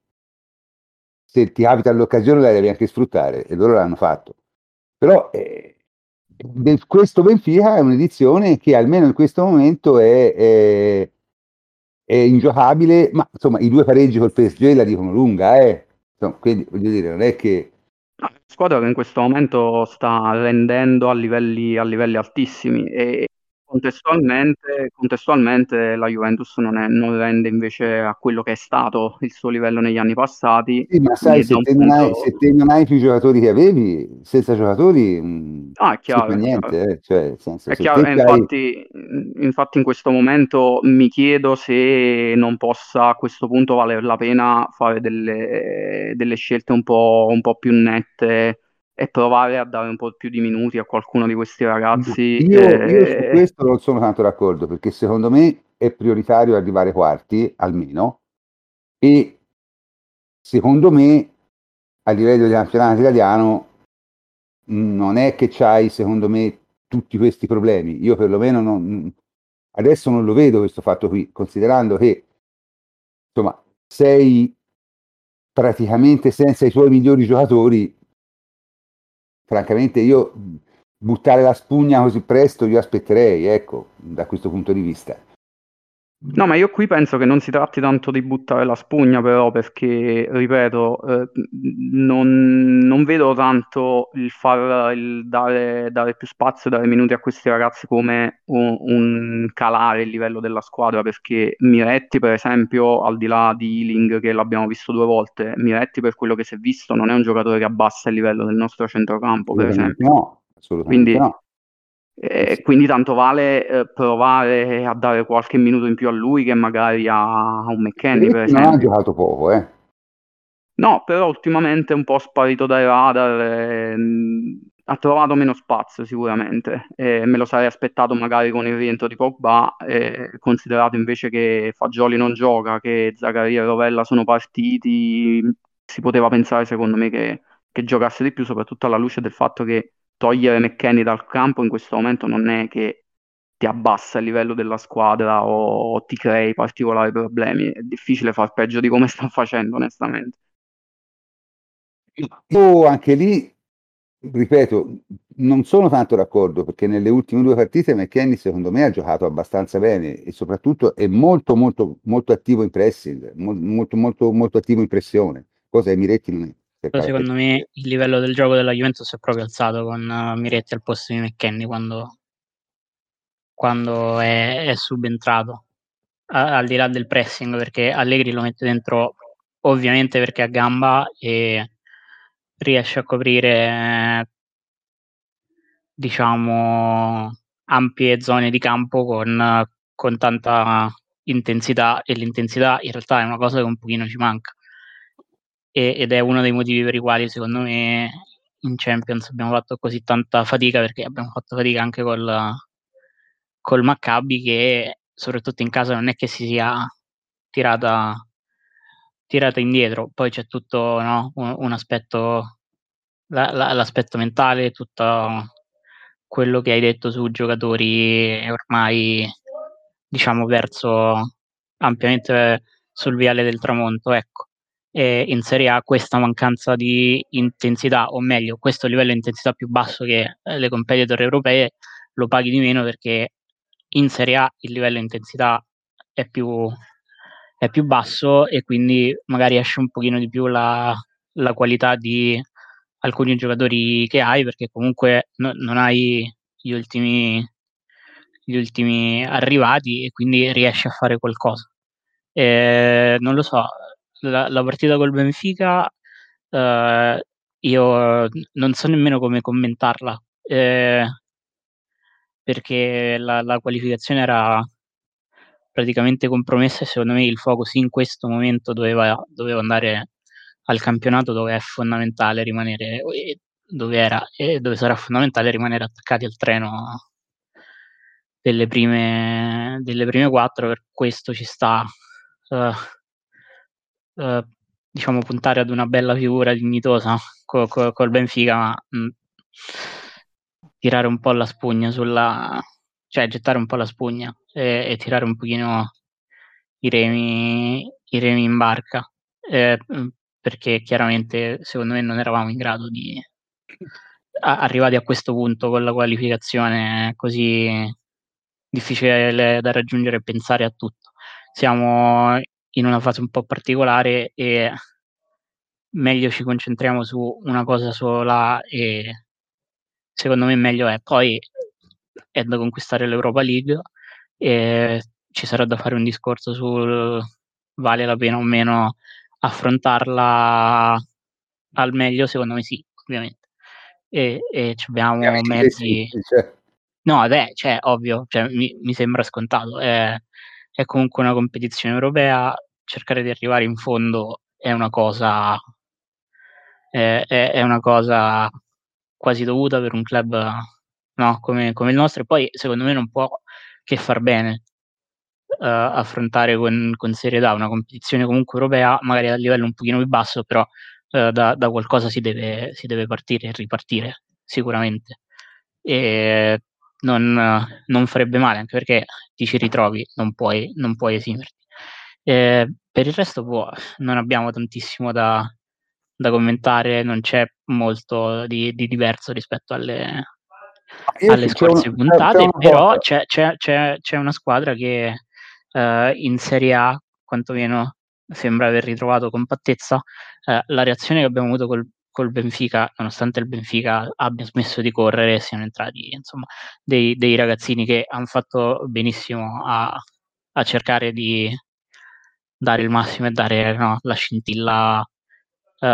se ti capita l'occasione la devi anche sfruttare e loro l'hanno fatto. Però eh, del- questo Benfica è un'edizione che almeno in questo momento è, è- è ingiocabile, ma insomma i due pareggi col P S G la dicono lunga, eh. Insomma, quindi voglio dire, non è che... No, è una squadra che in questo momento sta rendendo a livelli, a livelli altissimi e contestualmente, contestualmente la Juventus non, è- non rende invece a quello che è stato il suo livello negli anni passati. Sì, ma Mi sai, è da se un te non hai, punto... se te non hai più giocatori che avevi, senza giocatori mh, Ah, è si fa chiaro, è chiaro. niente, eh. Cioè, nel senso, È se chiaro, te e hai... infatti, infatti in questo momento mi chiedo se non possa a questo punto valer la pena fare delle, delle scelte un po', un po' più nette e provare a dare un po' più di minuti a qualcuno di questi No, ragazzi. io, io su eh, questo non sono tanto d'accordo perché secondo me è prioritario arrivare quarti almeno e secondo me a livello di campionato italiano mh, non è che c'hai secondo me tutti questi problemi. Io perlomeno non, adesso non lo vedo questo fatto qui, considerando che insomma sei praticamente senza i tuoi migliori giocatori. Francamente io mh, buttare la spugna così presto io aspetterei, ecco, da questo punto di vista. No, ma io qui penso che non si tratti tanto di buttare la spugna, però, perché, ripeto, eh, non, non vedo tanto il far il dare, dare più spazio, dare minuti a questi ragazzi come un, un calare il livello della squadra, perché Miretti, per esempio, al di là di Ealing, che l'abbiamo visto due volte, Miretti, per quello che si è visto, non è un giocatore che abbassa il livello del nostro centrocampo, per Assolutamente esempio. no, assolutamente Quindi no. eh, quindi tanto vale eh, provare a dare qualche minuto in più a lui che magari a, a un McKennie, per Miretti non ha esempio. giocato poco, eh. No, però ultimamente è un po' sparito dai radar, e, mh, ha trovato meno spazio sicuramente. E me lo sarei aspettato magari con il rientro di Pogba, eh, considerato invece che Fagioli non gioca, che Zakaria e Rovella sono partiti, si poteva pensare secondo me che, che giocasse di più, soprattutto alla luce del fatto che togliere McKennie dal campo in questo momento non è che ti abbassa il livello della squadra o, o ti crei particolari problemi. È difficile far peggio di come sta facendo, onestamente. Io anche lì, ripeto, non sono tanto d'accordo perché nelle ultime due partite McKennie secondo me ha giocato abbastanza bene e soprattutto è molto molto molto attivo in pressing, mol- molto molto molto attivo in pressione, cosa che Miretti non è per Secondo me caratteristiche. il livello del gioco della Juventus è proprio alzato con uh, Miretti al posto di McKennie quando, quando è, è subentrato, A- al di là del pressing, perché Allegri lo mette dentro ovviamente perché ha gamba e riesce a coprire, eh, diciamo, ampie zone di campo con, con tanta intensità, e l'intensità in realtà è una cosa che un pochino ci manca. E- ed è uno dei motivi per i quali secondo me in Champions abbiamo fatto così tanta fatica, perché abbiamo fatto fatica anche col, col Maccabi, che soprattutto in casa non è che si sia tirata, tirata indietro. Poi c'è tutto, no, un, un aspetto, la- la- l'aspetto mentale, tutto quello che hai detto su giocatori ormai, diciamo, verso ampiamente sul viale del tramonto, ecco. E in Serie A questa mancanza di intensità, o meglio, questo livello di intensità più basso che eh, le competitor europee, lo paghi di meno perché in Serie A il livello di intensità è più, è più basso, e quindi magari esce un pochino di più la, la qualità di alcuni giocatori che hai, perché comunque no- non hai gli ultimi gli ultimi arrivati e quindi riesce a fare qualcosa. Eh, non lo so, la, la partita col Benfica, eh, io non so nemmeno come commentarla, eh, perché la, la qualificazione era praticamente compromessa e secondo me il focus in questo momento doveva, doveva andare al campionato, dove è fondamentale rimanere, e dove era e dove sarà fondamentale rimanere attaccati al treno delle prime, delle prime quattro. Per questo ci sta uh, uh, diciamo puntare ad una bella figura dignitosa co- co- col Benfica, ma mh, tirare un po' la spugna sulla, cioè gettare un po' la spugna e, e tirare un pochino i remi, i remi in barca, eh, perché chiaramente secondo me non eravamo in grado di, a, arrivati a questo punto con la qualificazione così difficile da raggiungere, pensare a tutto. Siamo in una fase un po' particolare e meglio ci concentriamo su una cosa sola e secondo me meglio è. Poi è da conquistare l'Europa League e ci sarà da fare un discorso sul vale la pena o meno affrontarla al meglio. Secondo me sì, ovviamente. E, e ci abbiamo mezzi. Cioè. No, beh, cioè, ovvio, cioè, mi, mi sembra scontato. È, è comunque una competizione europea, cercare di arrivare in fondo è una cosa, è, è, è una cosa quasi dovuta per un club, no, come, come il nostro. E poi, secondo me, non può che far bene uh, affrontare con, con serietà una competizione comunque europea, magari a livello un pochino più basso, però uh, da, da qualcosa si deve, si deve partire e ripartire, sicuramente. E non, non farebbe male, anche perché ti ci ritrovi, non puoi, non puoi esimerti. Eh, per il resto, boh, non abbiamo tantissimo da, da commentare, non c'è molto di, di diverso rispetto alle, alle scorse un, puntate, c'è però c'è, c'è, c'è, c'è una squadra che eh, in Serie A quantomeno sembra aver ritrovato compattezza. Eh, la reazione che abbiamo avuto col, col Benfica, nonostante il Benfica abbia smesso di correre, siano entrati insomma dei, dei ragazzini che hanno fatto benissimo a, a cercare di dare il massimo e dare, no, la scintilla uh,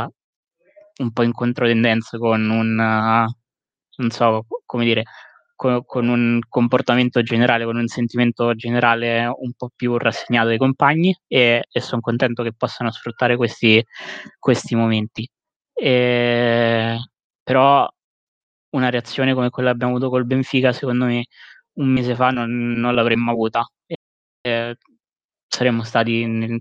un po' in controtendenza con un, uh, non so come dire, con, con un comportamento generale, con un sentimento generale un po' più rassegnato ai compagni, e, e sono contento che possano sfruttare questi, questi momenti. E, però una reazione come quella che abbiamo avuto col Benfica, secondo me un mese fa non, non l'avremmo avuta. E, saremmo stati nel,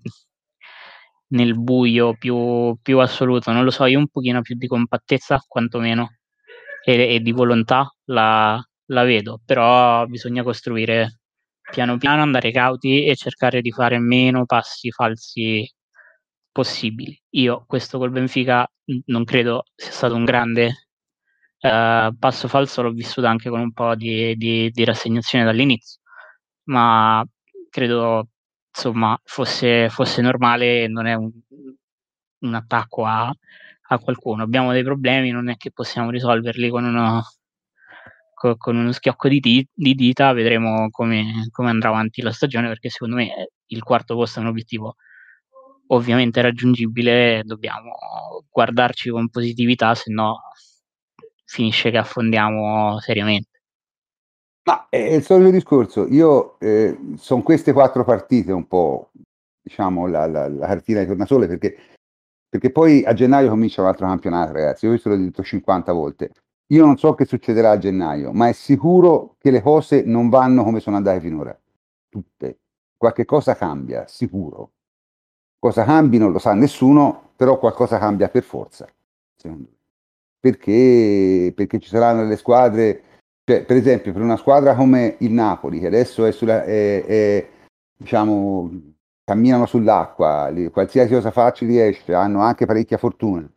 nel buio più, più assoluto. Non lo so, io un pochino più di compattezza quantomeno e, e di volontà la, la vedo, però bisogna costruire piano piano, andare cauti e cercare di fare meno passi falsi possibili. Io questo col Benfica non credo sia stato un grande uh, passo falso, l'ho vissuto anche con un po' di, di, di rassegnazione dall'inizio, ma credo insomma fosse, fosse normale e non è un, un attacco a, a qualcuno. Abbiamo dei problemi, non è che possiamo risolverli con uno, co, con uno schiocco di, di, di dita. Vedremo come, come andrà avanti la stagione, perché secondo me il quarto posto è un obiettivo ovviamente raggiungibile, dobbiamo guardarci con positività, se no finisce che affondiamo seriamente. Ma è il solito discorso. Io eh, sono queste quattro partite un po', diciamo, la, la, la cartina di tornasole, perché, perché poi a gennaio comincia un altro campionato, ragazzi. Io questo l'ho detto cinquanta volte. Io non so che succederà a gennaio, ma è sicuro che le cose non vanno come sono andate finora. Tutte. Qualche cosa cambia, sicuro. Cosa cambi non lo sa nessuno, però qualcosa cambia per forza, secondo me. Perché, perché ci saranno delle squadre, cioè, per esempio, per una squadra come il Napoli, che adesso è sulla, è, è, diciamo, camminano sull'acqua, li, qualsiasi cosa faccia riesce, hanno anche parecchia fortuna.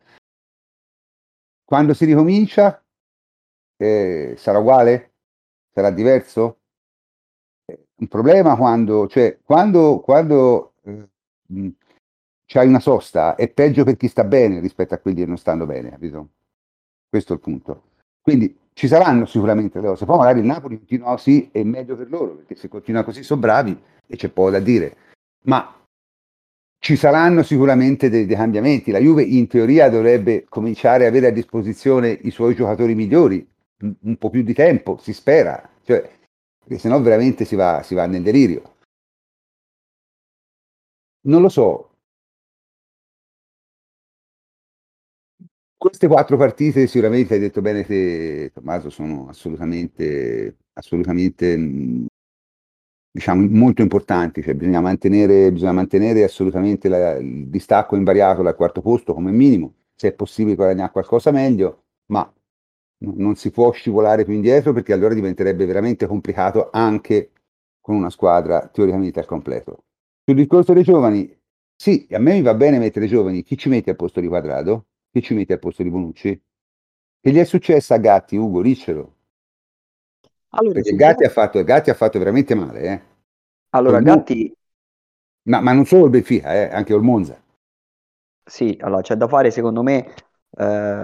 Quando si ricomincia, eh, sarà uguale? Sarà diverso? Un problema quando, cioè, quando, quando eh, mh, c'hai una sosta è peggio per chi sta bene rispetto a quelli che non stanno bene, capito? Questo è il punto. Quindi ci saranno sicuramente le cose, poi magari il Napoli continua così, è meglio per loro, perché se continua così sono bravi e c'è poco da dire, ma ci saranno sicuramente dei, dei cambiamenti. La Juve in teoria dovrebbe cominciare a avere a disposizione i suoi giocatori migliori, un, un po' più di tempo, si spera, cioè, perché sennò veramente si va, si va nel delirio. Non lo so. Queste quattro partite sicuramente hai detto bene te, Tommaso, sono assolutamente, assolutamente mh, diciamo, molto importanti, cioè bisogna mantenere, bisogna mantenere assolutamente la- il distacco invariato dal quarto posto come minimo, se è possibile guadagnare qualcosa meglio, ma n- non si può scivolare più indietro perché allora diventerebbe veramente complicato anche con una squadra teoricamente al completo. Sul discorso dei giovani, sì, a me mi va bene mettere i giovani, chi ci metti al posto di Quadrado? Chi ci metti al posto di Bonucci? Che gli è successo a Gatti, Ugo, diccelo. Allora, Perché su Gatti Gatti, ha fatto, Gatti ha fatto veramente male, eh. allora, Col Mu- Gatti ma, ma non solo il Benfica, eh, anche il Monza. Sì, allora c'è da fare secondo me eh,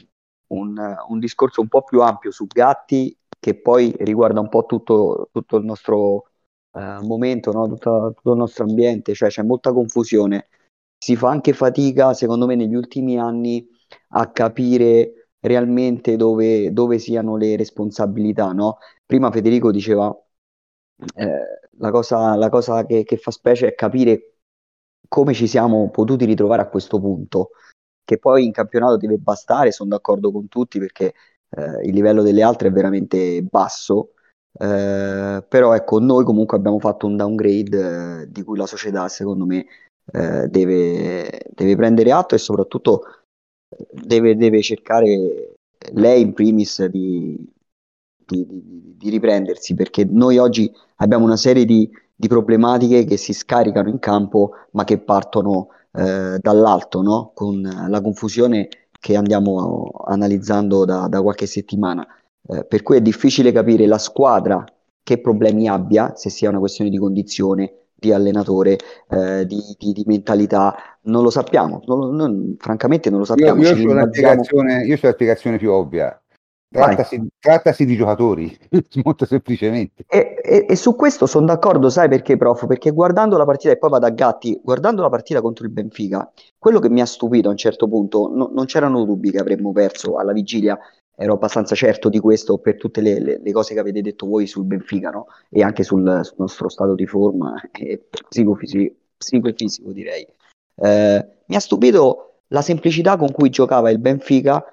un, un discorso un po' più ampio su Gatti che poi riguarda un po' tutto, tutto il nostro eh, momento, no? Tutta- tutto il nostro ambiente, cioè c'è molta confusione. Si fa anche fatica, secondo me, negli ultimi anni a capire realmente dove, dove siano le responsabilità, no? Prima Federico diceva eh, la cosa, la cosa che, che fa specie è capire come ci siamo potuti ritrovare a questo punto, che poi in campionato deve bastare, sono d'accordo con tutti perché eh, il livello delle altre è veramente basso, eh, però ecco, noi comunque abbiamo fatto un downgrade eh, di cui la società secondo me eh, deve, deve prendere atto e soprattutto eh, deve, deve cercare lei in primis di, di- di- di riprendersi, perché noi oggi abbiamo una serie di, di problematiche che si scaricano in campo, ma che partono eh, dall'alto, no? Con la confusione che andiamo analizzando da, da qualche settimana. Eh, per cui è difficile capire la squadra che problemi abbia, se sia una questione di condizione, di allenatore, eh, di, di- di mentalità, non lo sappiamo, non lo- non- francamente non lo Io, sappiamo, io ce ho una l'immaginiamo. spiegazione, io c'ho la spiegazione più ovvia. Vai. Trattasi, trattasi di giocatori, molto semplicemente. E, e- e su questo sono d'accordo, sai perché, prof? Perché guardando la partita, e poi vado a Gatti, guardando la partita contro il Benfica, quello che mi ha stupito a un certo punto, no- non c'erano dubbi che avremmo perso alla vigilia, ero abbastanza certo di questo per tutte le, le- le cose che avete detto voi sul Benfica, no? E anche sul, sul nostro stato di forma e psicofisi- psicofisico, direi. Eh, mi ha stupito la semplicità con cui giocava il Benfica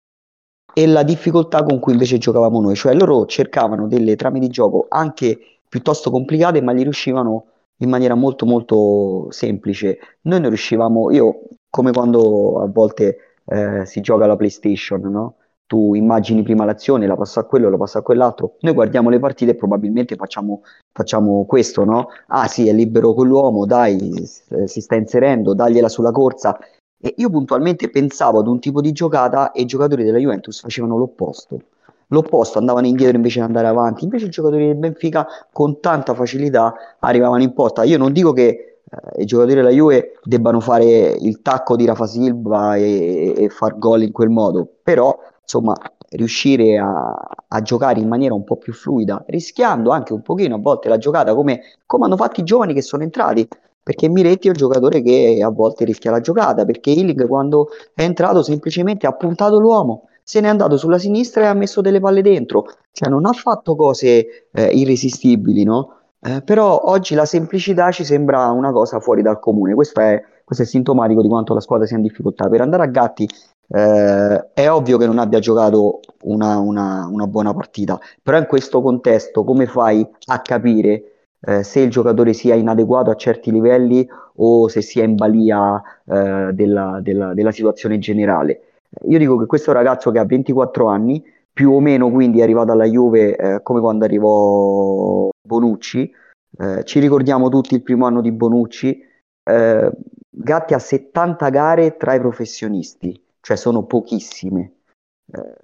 e la difficoltà con cui invece giocavamo noi, cioè loro cercavano delle trame di gioco anche piuttosto complicate, ma gli riuscivano in maniera molto molto semplice. Noi non riuscivamo, io come quando a volte eh, si gioca alla PlayStation, no? Tu immagini prima l'azione, la passa a quello, la passa a quell'altro. Noi guardiamo le partite e probabilmente facciamo, facciamo questo, no? Ah sì, è libero quell'uomo, dai, s- si sta inserendo, dagliela sulla corsa. E io puntualmente pensavo ad un tipo di giocata e i giocatori della Juventus facevano l'opposto. L'opposto, andavano indietro invece di andare avanti. Invece i giocatori del Benfica con tanta facilità arrivavano in porta. Io non dico che eh, i giocatori della Juve debbano fare il tacco di Rafa Silva e, e far gol in quel modo, però insomma riuscire a, a giocare in maniera un po' più fluida, rischiando anche un pochino a volte la giocata come, come hanno fatto i giovani che sono entrati. Perché Miretti è un giocatore che a volte rischia la giocata, perché Illig quando è entrato semplicemente ha puntato l'uomo, se n'è andato sulla sinistra e ha messo delle palle dentro, cioè non ha fatto cose eh, irresistibili, no? Eh, però oggi la semplicità ci sembra una cosa fuori dal comune, questo è, questo è sintomatico di quanto la squadra sia in difficoltà. Per andare a Gatti eh, è ovvio che non abbia giocato una, una- una buona partita, però in questo contesto come fai a capire eh, se il giocatore sia inadeguato a certi livelli o se sia in balia eh, della, della- della situazione generale? Io dico che questo ragazzo che ha ventiquattro anni, più o meno quindi è arrivato alla Juve eh, come quando arrivò Bonucci, eh, ci ricordiamo tutti il primo anno di Bonucci, eh, Gatti ha settanta gare tra i professionisti, cioè sono pochissime. Eh,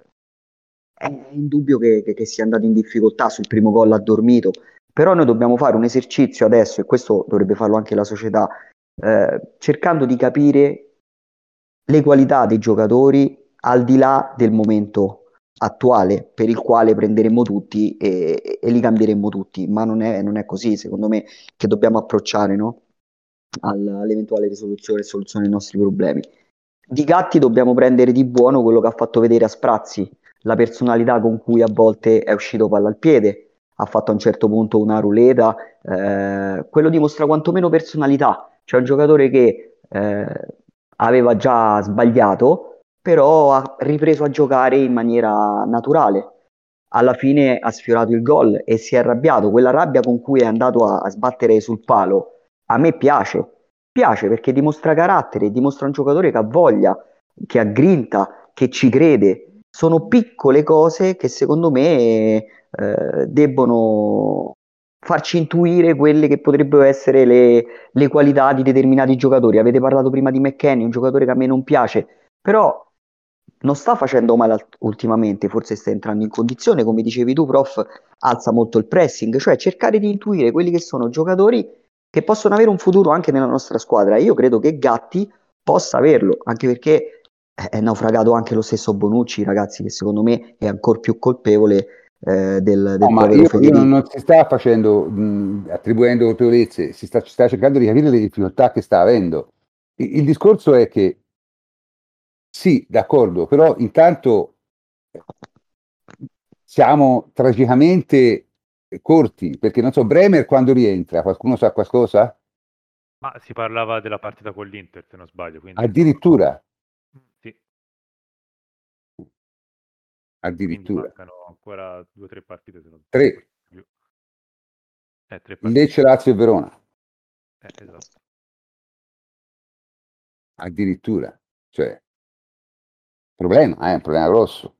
è indubbio che, che- che sia andato in difficoltà sul primo gol, ha dormito, però noi dobbiamo fare un esercizio adesso, e questo dovrebbe farlo anche la società, eh, cercando di capire le qualità dei giocatori al di là del momento attuale per il quale prenderemmo tutti e, e li cambieremmo tutti, ma non è, non è così, secondo me, che dobbiamo approcciare, no? All- all'eventuale risoluzione e soluzione dei nostri problemi. Di Gatti dobbiamo prendere di buono quello che ha fatto vedere a sprazzi, la personalità con cui a volte è uscito palla al piede, ha fatto a un certo punto una ruleta, eh, quello dimostra quantomeno personalità, cioè un giocatore che eh, aveva già sbagliato, però ha ripreso a giocare in maniera naturale. Alla fine ha sfiorato il gol e si è arrabbiato. Quella rabbia con cui è andato a, a sbattere sul palo, a me piace. Piace perché dimostra carattere, dimostra un giocatore che ha voglia, che ha grinta, che ci crede. Sono piccole cose che secondo me eh, debbono farci intuire quelle che potrebbero essere le, le qualità di determinati giocatori. Avete parlato prima di McKennie, un giocatore che a me non piace, però non sta facendo male al- ultimamente, forse sta entrando in condizione, come dicevi tu, prof, alza molto il pressing, cioè cercare di intuire quelli che sono giocatori che possono avere un futuro anche nella nostra squadra. Io credo che Gatti possa averlo, anche perché è naufragato anche lo stesso Bonucci, ragazzi, che secondo me è ancora più colpevole eh, del, No, del ma povero io, io non, Federico. non si sta facendo, mh, attribuendo colpevolezze, si sta, si sta cercando di capire le difficoltà che sta avendo. Il, il discorso è che, sì, d'accordo, però intanto siamo tragicamente corti, perché non so, Bremer quando rientra, qualcuno sa qualcosa? Ma si parlava della partita con l'Inter, se non sbaglio, quindi insomma, Addirittura, sì, quindi addirittura. mancano ancora due o tre partite, se non Tre, più. Eh, tre partite, Lecce, Lazio e Verona, eh, esatto. addirittura. Cioè, problema, è un problema grosso,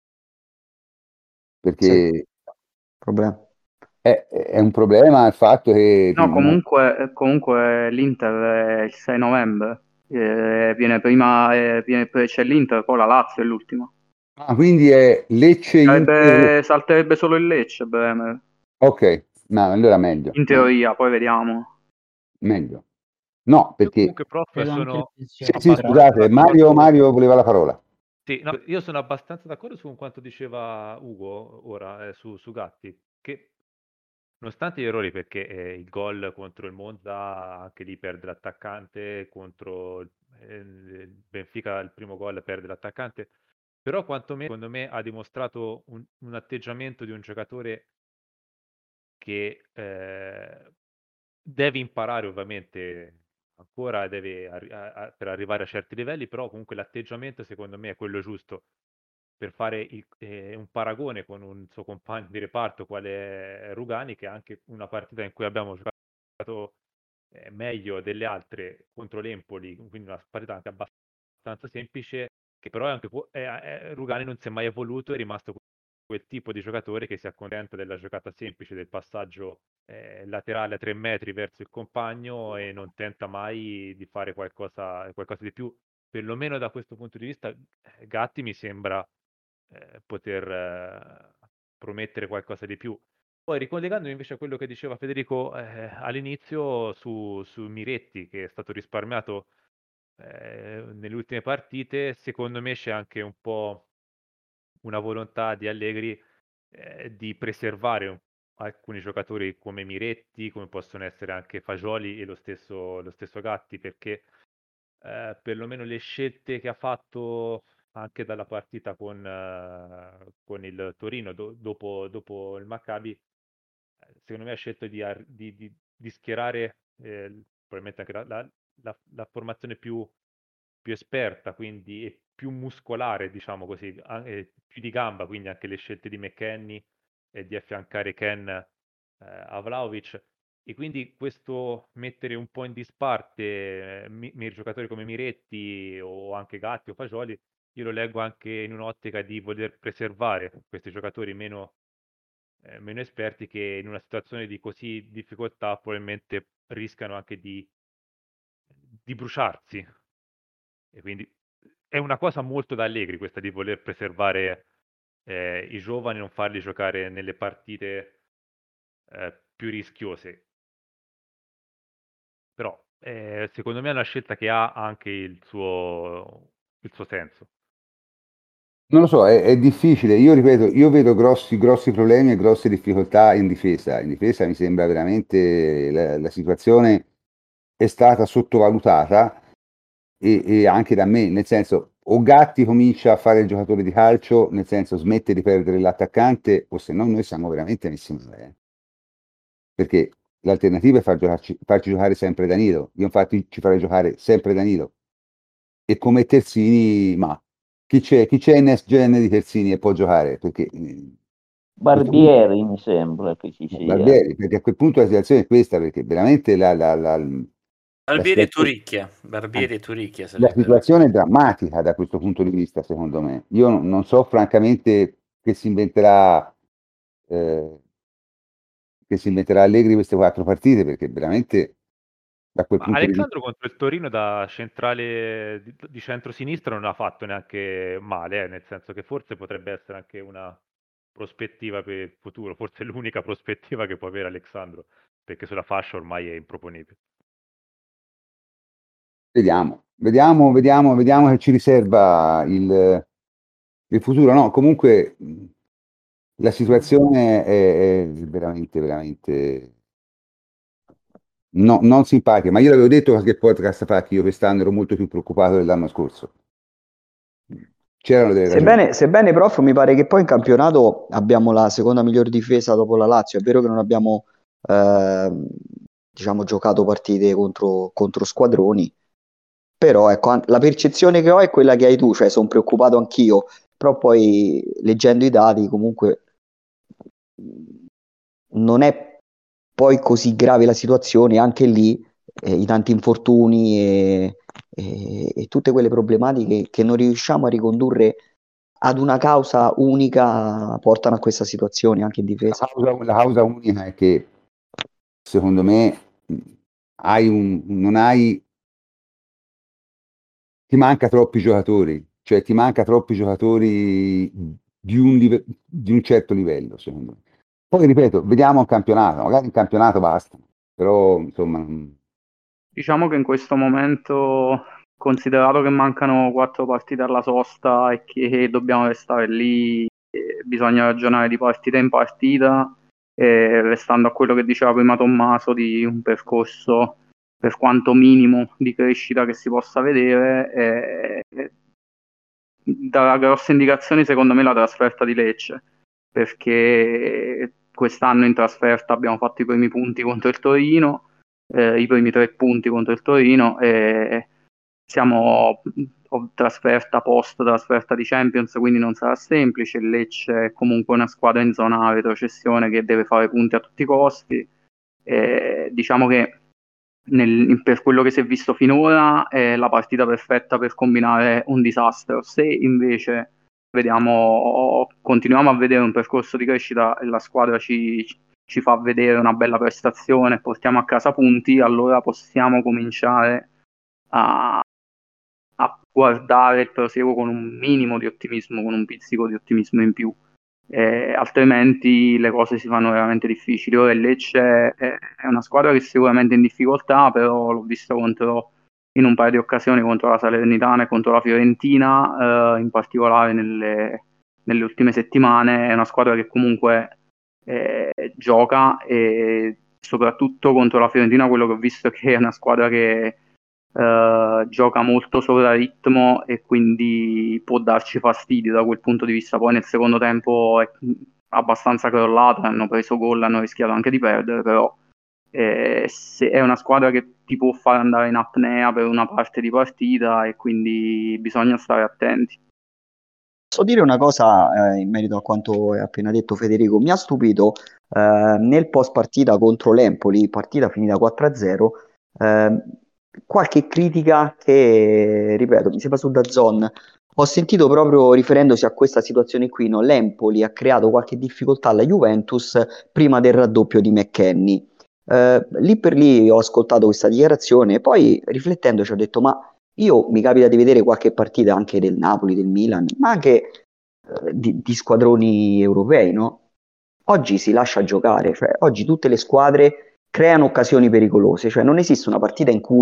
Sì, perché problema. è, è un problema il fatto che... No, comunque, comunque l'Inter è il sei novembre, eh, viene prima, eh, viene- c'è l'Inter, poi la Lazio è l'ultima. Ah, quindi è Lecce, Inter... Sarebbe- salterebbe solo il Lecce, Bremer, Ok, ma allora meglio, in meglio, teoria, poi vediamo. meglio. No, Io perché... comunque, prof, Credo anche il sono Sì, pensiero, sì, però. abbastanza scusate, Mario, d'accordo. Mario voleva la parola. Sì, no, io sono abbastanza d'accordo su quanto diceva Ugo ora eh, su, su Gatti, che nonostante gli errori, perché eh, il gol contro il Monza, anche lì perde l'attaccante, contro il eh, il Benfica il primo gol perde l'attaccante, però quantomeno secondo me ha dimostrato un, un atteggiamento di un giocatore che eh, deve imparare ovviamente ancora deve arri- a- a- per arrivare a certi livelli, però comunque l'atteggiamento secondo me è quello giusto per fare il- eh, un paragone con un suo compagno di reparto quale è Rugani, che è anche una partita in cui abbiamo giocato eh, meglio delle altre contro l'Empoli, quindi una partita anche abbastanza semplice, che però è anche, pu- è- è- Rugani non si è mai evoluto, è rimasto quel tipo di giocatore che si accontenta della giocata semplice, del passaggio eh, laterale a tre metri verso il compagno e non tenta mai di fare qualcosa, qualcosa di più. Perlomeno da questo punto di vista, eh, Gatti mi sembra eh, poter eh, promettere qualcosa di più. Poi ricollegandomi invece a quello che diceva Federico eh, all'inizio su, su Miretti, che è stato risparmiato eh, nelle ultime partite, secondo me c'è anche un po' una volontà di Allegri eh, di preservare un- alcuni giocatori come Miretti, come possono essere anche Fagioli e lo stesso, lo stesso Gatti, perché eh, perlomeno le scelte che ha fatto anche dalla partita con, eh, con il Torino do- dopo, dopo il Maccabi, eh, secondo me ha scelto di, ar- di- di- di schierare eh, probabilmente anche la, la- la- la formazione più, più esperta, quindi e più muscolare, diciamo così, an- e più di gamba, quindi anche le scelte di McKennie e di affiancare Ken eh, a Vlahovic. E quindi questo mettere un po' in disparte eh, mi- mi- giocatori come Miretti o anche Gatti o Fagioli, io lo leggo anche in un'ottica di voler preservare questi giocatori meno, eh, meno esperti che in una situazione di così difficoltà probabilmente rischiano anche di, di bruciarsi. E quindi è una cosa molto da Allegri questa di voler preservare eh, i giovani, non farli giocare nelle partite eh, più rischiose. Però eh, secondo me è una scelta che ha anche il suo, il suo senso. Non lo so, è, è difficile. Io ripeto, io vedo grossi, grossi problemi e grosse difficoltà in difesa. In difesa mi sembra veramente la, la situazione è stata sottovalutata e, e anche da me, nel senso, o Gatti comincia a fare il giocatore di calcio, nel senso smette di perdere l'attaccante, o se no noi siamo veramente messi male. eh. Perché l'alternativa è far giocarci- farci giocare sempre Danilo. Io infatti ci farei giocare sempre Danilo. E come terzini, ma chi c'è, chi c'è in next gen di terzini e può giocare? Perché eh, a questo punto, Barbieri mi sembra che ci sia. Barbieri, perché a quel punto la situazione è questa, perché veramente la, la, la, la Barbieri e situazione, Turicchia. Barbieri eh, e Turicchia la sarebbe la... situazione è drammatica da questo punto di vista, secondo me. Io non, non so francamente che si inventerà, eh, che si inventerà Allegri queste quattro partite, perché veramente da quel Ma punto di vista. Alexandro contro il Torino da centrale di, di centrosinistra non ha fatto neanche male, eh, nel senso che forse potrebbe essere anche una prospettiva per il futuro, forse è l'unica prospettiva che può avere Alexandro, perché sulla fascia ormai è improponibile. Vediamo, vediamo, vediamo, vediamo che ci riserva il, il futuro. No, comunque mh, la situazione è, è veramente, veramente no- non simpatica. Ma io l'avevo detto qualche podcast fa che io quest'anno ero molto più preoccupato dell'anno scorso. C'erano delle ragioni. Sebbene, sebbene, prof, mi pare che poi in campionato abbiamo la seconda miglior difesa dopo la Lazio. È vero che non abbiamo ehm, diciamo, giocato partite contro, contro squadroni, però ecco, an- la percezione che ho è quella che hai tu, cioè sono preoccupato anch'io, però poi leggendo i dati comunque mh, non è poi così grave la situazione, anche lì eh, i tanti infortuni e, e- e tutte quelle problematiche che non riusciamo a ricondurre ad una causa unica portano a questa situazione anche in La difesa. causa, la causa unica è che secondo me mh, hai un, non hai, ti manca troppi giocatori, cioè ti manca troppi giocatori di un, live- di un certo livello, secondo me. Poi ripeto, vediamo il campionato, magari il campionato basta, però insomma, non- Diciamo che in questo momento, considerato che mancano quattro partite alla sosta e che dobbiamo restare lì, eh, bisogna ragionare di partita in partita, e restando a quello che diceva prima Tommaso di un percorso per quanto minimo di crescita che si possa vedere, eh, dà grosse indicazioni secondo me la trasferta di Lecce, perché quest'anno in trasferta abbiamo fatto i primi punti contro il Torino, eh, i primi tre punti contro il Torino e siamo o trasferta post trasferta di Champions, quindi non sarà semplice. Il Lecce è comunque una squadra in zona retrocessione che deve fare punti a tutti i costi. E diciamo che nel- per quello che si è visto finora è la partita perfetta per combinare un disastro. Se invece vediamo, continuiamo a vedere un percorso di crescita e la squadra ci, ci fa vedere una bella prestazione e portiamo a casa punti, allora possiamo cominciare a, a guardare il proseguo con un minimo di ottimismo, con un pizzico di ottimismo in più. Eh, altrimenti le cose si fanno veramente difficili. Ora il Lecce è, è una squadra che sicuramente è in difficoltà, però l'ho vista contro, in un paio di occasioni contro la Salernitana e contro la Fiorentina, eh, in particolare nelle, nelle ultime settimane. È una squadra che comunque eh, gioca e soprattutto contro la Fiorentina quello che ho visto è che è una squadra che eh, gioca molto sopra ritmo e quindi può darci fastidio da quel punto di vista. Poi nel secondo tempo è abbastanza crollata, hanno preso gol, hanno rischiato anche di perdere, però eh, se è una squadra che ti può fare andare in apnea per una parte di partita e quindi bisogna stare attenti. Posso dire una cosa eh, in merito a quanto hai appena detto Federico? Mi ha stupito eh, nel post partita contro l'Empoli, partita finita quattro a zero, eh, qualche critica che, ripeto, mi sembra su DAZN. Ho sentito proprio riferendosi a questa situazione qui, no? L'Empoli ha creato qualche difficoltà alla Juventus prima del raddoppio di McKennie. Eh, lì per lì ho ascoltato questa dichiarazione e poi riflettendoci ho detto ma io mi capita di vedere qualche partita anche del Napoli, del Milan, ma anche eh, di, di squadroni europei, no? Oggi si lascia giocare, cioè oggi tutte le squadre creano occasioni pericolose, cioè non esiste una partita in cui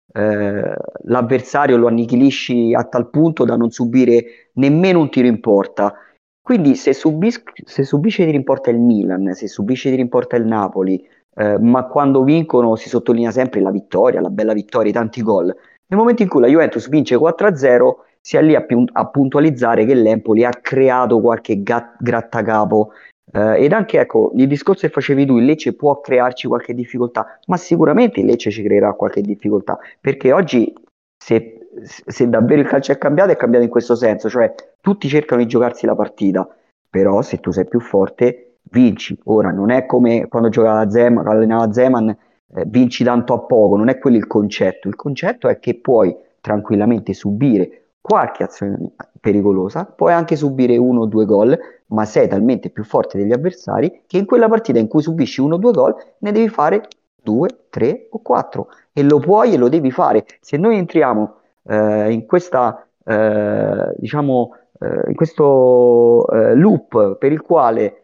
eh, l'avversario lo annichilisci a tal punto da non subire nemmeno un tiro in porta. Quindi se, subis- se subisce tiri in porta il Milan, se subisce tiri in porta il Napoli, eh, ma quando vincono si sottolinea sempre la vittoria, la bella vittoria, i tanti gol. Nel momento in cui la Juventus vince quattro a zero, si è lì a, pu- a puntualizzare che l'Empoli ha creato qualche gat- grattacapo. Eh, ed anche, ecco, il discorso che facevi tu, il Lecce può crearci qualche difficoltà, ma sicuramente il Lecce ci creerà qualche difficoltà, perché oggi se, se davvero il calcio è cambiato, è cambiato in questo senso, cioè tutti cercano di giocarsi la partita, però se tu sei più forte, vinci. Ora, non è come quando giocava Zeman, allenava Zeman, eh, vinci tanto a poco, non è quello il concetto. Il concetto è che puoi tranquillamente subire qualche azione pericolosa, puoi anche subire uno o due gol, ma sei talmente più forte degli avversari che in quella partita in cui subisci uno o due gol ne devi fare due, tre o quattro e lo puoi e lo devi fare. Se noi entriamo eh, in questa, eh, diciamo, eh, in questo eh, loop per il quale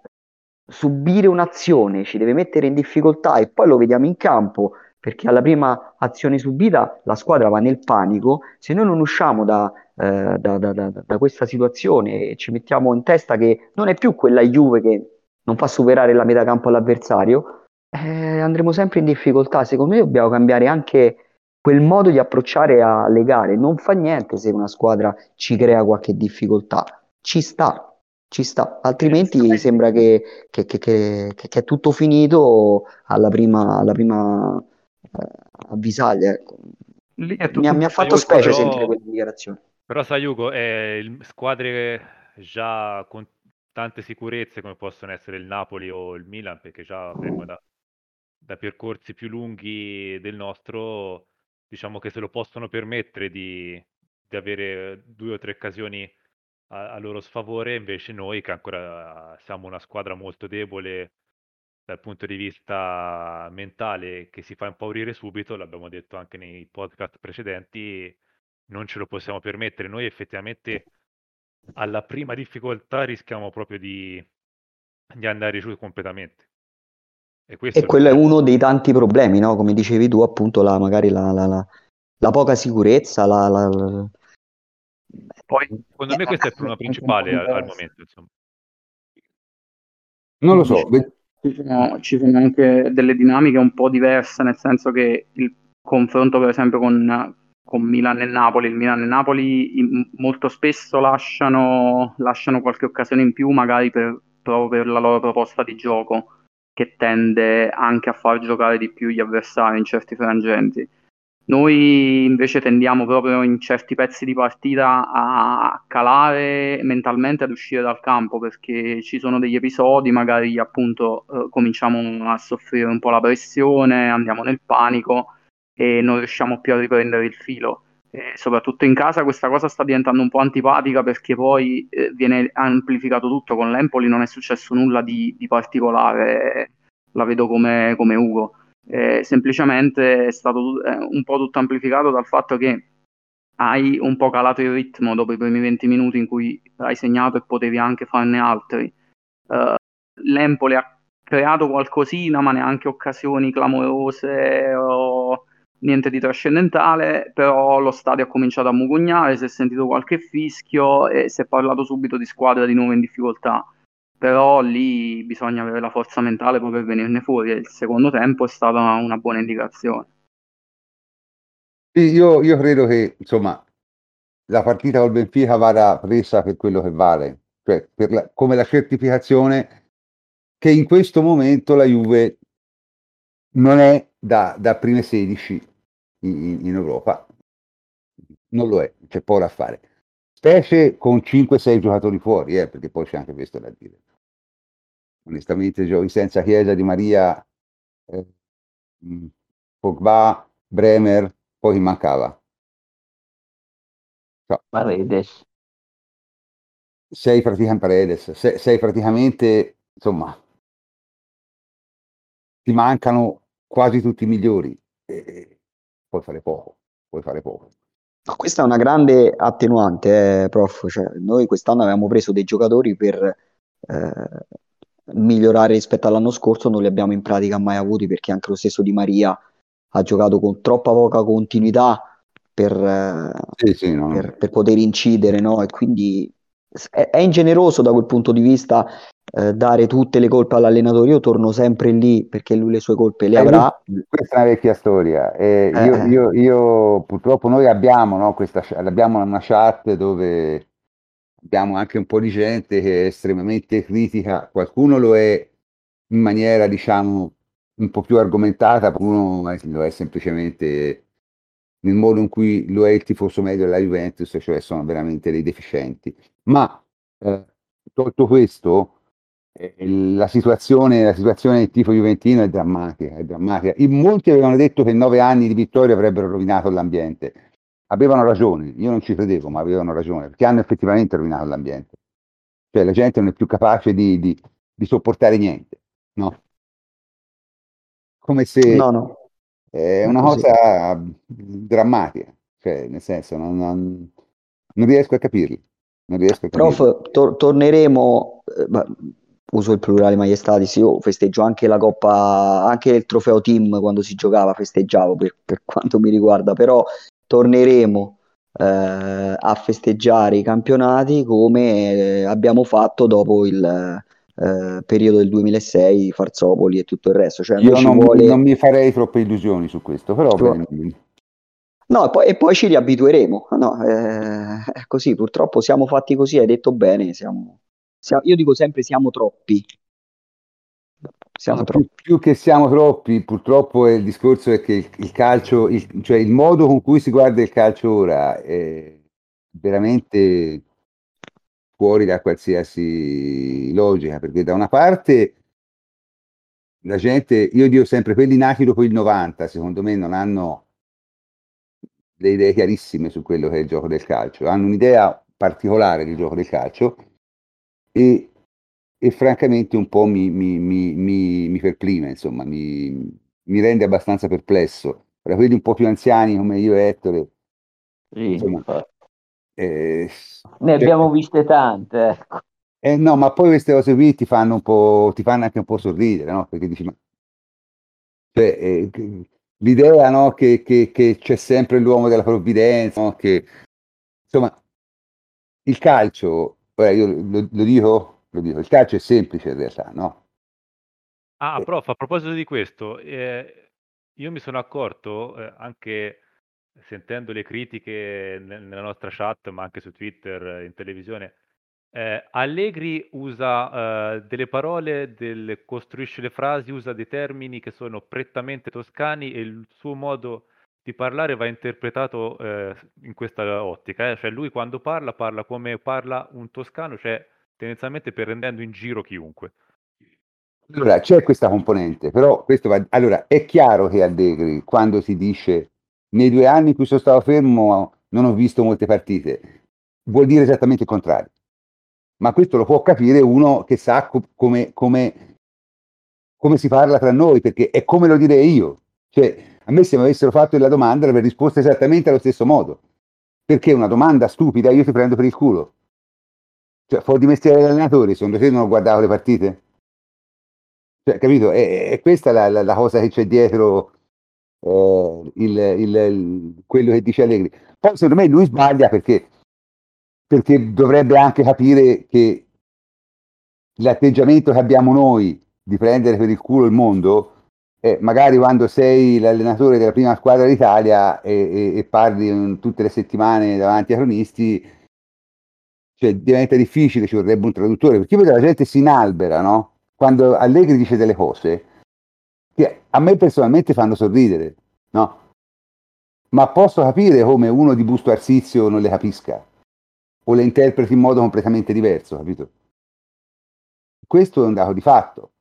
subire un'azione ci deve mettere in difficoltà e poi lo vediamo in campo perché alla prima azione subita la squadra va nel panico, se noi non usciamo da, eh, da, da, da, da questa situazione e ci mettiamo in testa che non è più quella Juve che non fa superare la metà campo all'avversario, eh, andremo sempre in difficoltà. Secondo me dobbiamo cambiare anche quel modo di approcciare alle gare. Non fa niente se una squadra ci crea qualche difficoltà, ci sta. Ci sta, altrimenti sembra che, che, che, che, che è tutto finito alla prima, alla prima eh, avvisaglia. Ecco. Lì è Mi ha, tutto mi ha fatto Sai, specie però, sentire quelle dichiarazioni. però sai Ugo, eh, il- squadre già con tante sicurezze come possono essere il Napoli o il Milan, perché già vengono da, da percorsi più lunghi del nostro, diciamo che se lo possono permettere di, di avere due o tre occasioni a, a loro sfavore, invece noi che ancora siamo una squadra molto debole dal punto di vista mentale, che si fa impaurire subito, l'abbiamo detto anche nei podcast precedenti, non ce lo possiamo permettere. Noi effettivamente alla prima difficoltà rischiamo proprio di, di andare giù completamente. E questo E è il quello è problema. uno dei tanti problemi, no? Come dicevi tu, appunto, la, magari la, la, la, la poca sicurezza, la, la, la... Poi Secondo me questo è il problema anche un po' principale al, al diverso. momento, insomma. Non lo so, Dicevo, ci sono, ci sono anche delle dinamiche un po' diverse, nel senso che il confronto, per esempio, con, con Milan e Napoli, il Milan e Napoli in- molto spesso lasciano, lasciano qualche occasione in più, magari per, proprio per la loro proposta di gioco, che tende anche a far giocare di più gli avversari in certi frangenti. Noi invece tendiamo proprio in certi pezzi di partita a calare mentalmente, ad uscire dal campo perché ci sono degli episodi, magari appunto eh, cominciamo a soffrire un po' la pressione, andiamo nel panico e non riusciamo più a riprendere il filo. E soprattutto in casa questa cosa sta diventando un po' antipatica perché poi eh, viene amplificato tutto. Con l'Empoli non è successo nulla di, di particolare, la vedo come, come Ugo. Eh, semplicemente è stato eh, un po' tutto amplificato dal fatto che hai un po' calato il ritmo dopo i primi venti minuti in cui hai segnato e potevi anche farne altri. Uh, L'Empoli ha creato qualcosina, ma neanche occasioni clamorose o niente di trascendentale, però lo stadio ha cominciato a mugugnare, si è sentito qualche fischio e si è parlato subito di squadra di nuovo in difficoltà. Però lì bisogna avere la forza mentale poi per venirne fuori e il secondo tempo è stata una buona indicazione. io, io credo che insomma la partita col Benfica vada presa per quello che vale, cioè per la- come la certificazione che in questo momento la Juve non è da, da prime sedici in, in Europa, non lo è, c'è poco da fare, specie con cinque sei giocatori fuori, eh, perché poi c'è anche questo da dire. Onestamente giochi senza Chiesa, Di Maria, eh, mh, Pogba, Bremer, poi chi mancava? Cioè, Paredes. sei praticamente Paredes, sei, sei praticamente, insomma, ti mancano quasi tutti i migliori, e, e puoi fare poco, puoi fare poco. No, questa è una grande attenuante, eh, prof. Cioè, noi quest'anno avevamo preso dei giocatori per eh, migliorare rispetto all'anno scorso, non li abbiamo in pratica mai avuti perché anche lo stesso Di Maria ha giocato con troppa poca continuità per, eh, Sì, sì, no, no. per, per poter incidere, no? E quindi è, è ingeneroso da quel punto di vista eh, dare tutte le colpe all'allenatore. Io torno sempre lì perché lui le sue colpe le Eh, avrà. lui- questa è una vecchia storia. Eh, Eh, io, eh. io- io- purtroppo noi abbiamo, no, questa, abbiamo una chat dove abbiamo anche un po' di gente che è estremamente critica, qualcuno lo è in maniera, diciamo, un po' più argomentata, qualcuno è- lo è semplicemente nel modo in cui lo è il tifoso medio della Juventus, cioè sono veramente dei deficienti. Ma eh, tolto questo, eh, la situazione, la situazione del tifo juventino è drammatica, è drammatica. In molti avevano detto che nove anni di vittoria avrebbero rovinato l'ambiente. Avevano ragione, io non ci credevo, ma avevano ragione, perché hanno effettivamente rovinato l'ambiente. Cioè la gente non è più capace di, di- di sopportare niente, no? Come se No, no, è è una così. cosa drammatica, cioè nel senso non, non- non riesco a capirli, non riesco a capirli. Prof, tor- torneremo, eh, ma- uso il plurale maiestatis, io festeggio anche la Coppa, anche il trofeo team quando si giocava, festeggiavo per, per quanto mi riguarda, però torneremo eh, a festeggiare i campionati come eh, abbiamo fatto dopo il eh, periodo del duemilasei, Farzopoli e tutto il resto, cioè a noi Io ci non, non vuole... mi farei troppe illusioni su questo, però ci vuole- bene, No, e poi, e poi ci riabitueremo. No, eh, è così, purtroppo siamo fatti così, hai detto bene, siamo, siamo- io dico sempre siamo troppi, siamo no, più, troppi. più che siamo troppi, purtroppo il discorso è che il, il calcio, il- cioè il modo con cui si guarda il calcio ora è veramente fuori da qualsiasi logica, perché da una parte la gente, io dico sempre, quelli nati dopo il novanta, secondo me non hanno le idee chiarissime su quello che è il gioco del calcio, hanno un'idea particolare del gioco del calcio e, e francamente un po' mi, mi, mi, mi, mi perplime, insomma, mi, mi rende abbastanza perplesso. Ora, quelli un po' più anziani come io e Ettore, Sì, insomma, infatti. eh, Ne cioè, abbiamo viste tante, ecco. eh, no, ma poi queste cose qui ti fanno un po', ti fanno anche un po' sorridere, no? Perché dici, ma cioè, eh, che- l'idea, no, che, che- che c'è sempre l'uomo della provvidenza, no? Che, insomma, il calcio, ora io lo, lo dico, lo dico, il calcio è semplice in realtà, no? Ah, Eh, prof, a proposito di questo, eh, io mi sono accorto, eh, anche sentendo le critiche nel- nella nostra chat, ma anche su Twitter, eh, in televisione, eh, Allegri usa eh, delle parole, del- costruisce le frasi, usa dei termini che sono prettamente toscani e il suo modo di parlare va interpretato eh, in questa ottica. eh. Cioè lui quando parla, parla come parla un toscano, cioè tendenzialmente prendendo in giro chiunque. Allora, c'è questa componente, però questo va, allora, è chiaro che Allegri, quando si dice nei due anni in cui sono stato fermo non ho visto molte partite, vuol dire esattamente il contrario. Ma questo lo può capire uno che sa co- come, come, come si parla tra noi, perché è come lo direi io. Cioè, a me se mi avessero fatto la domanda avrei risposto esattamente allo stesso modo. Perché una domanda stupida io ti prendo per il culo. Cioè, fuori di mestiere dell'allenatore, secondo te non ho guardato le partite? Cioè, capito? È, è questa la, la- la cosa che c'è dietro eh, il, il- il- quello che dice Allegri. Poi secondo me lui sbaglia perché, perché dovrebbe anche capire che l'atteggiamento che abbiamo noi di prendere per il culo il mondo, eh, magari quando sei l'allenatore della prima squadra d'Italia e, e- e parli mm, tutte le settimane davanti ai cronisti, cioè, diventa difficile, ci vorrebbe un traduttore, perché poi la gente si inalbera, no? Quando Allegri dice delle cose che a me personalmente fanno sorridere, no? Ma posso capire come uno di Busto Arsizio non le capisca o le interpreti in modo completamente diverso, capito? Questo è un dato di fatto.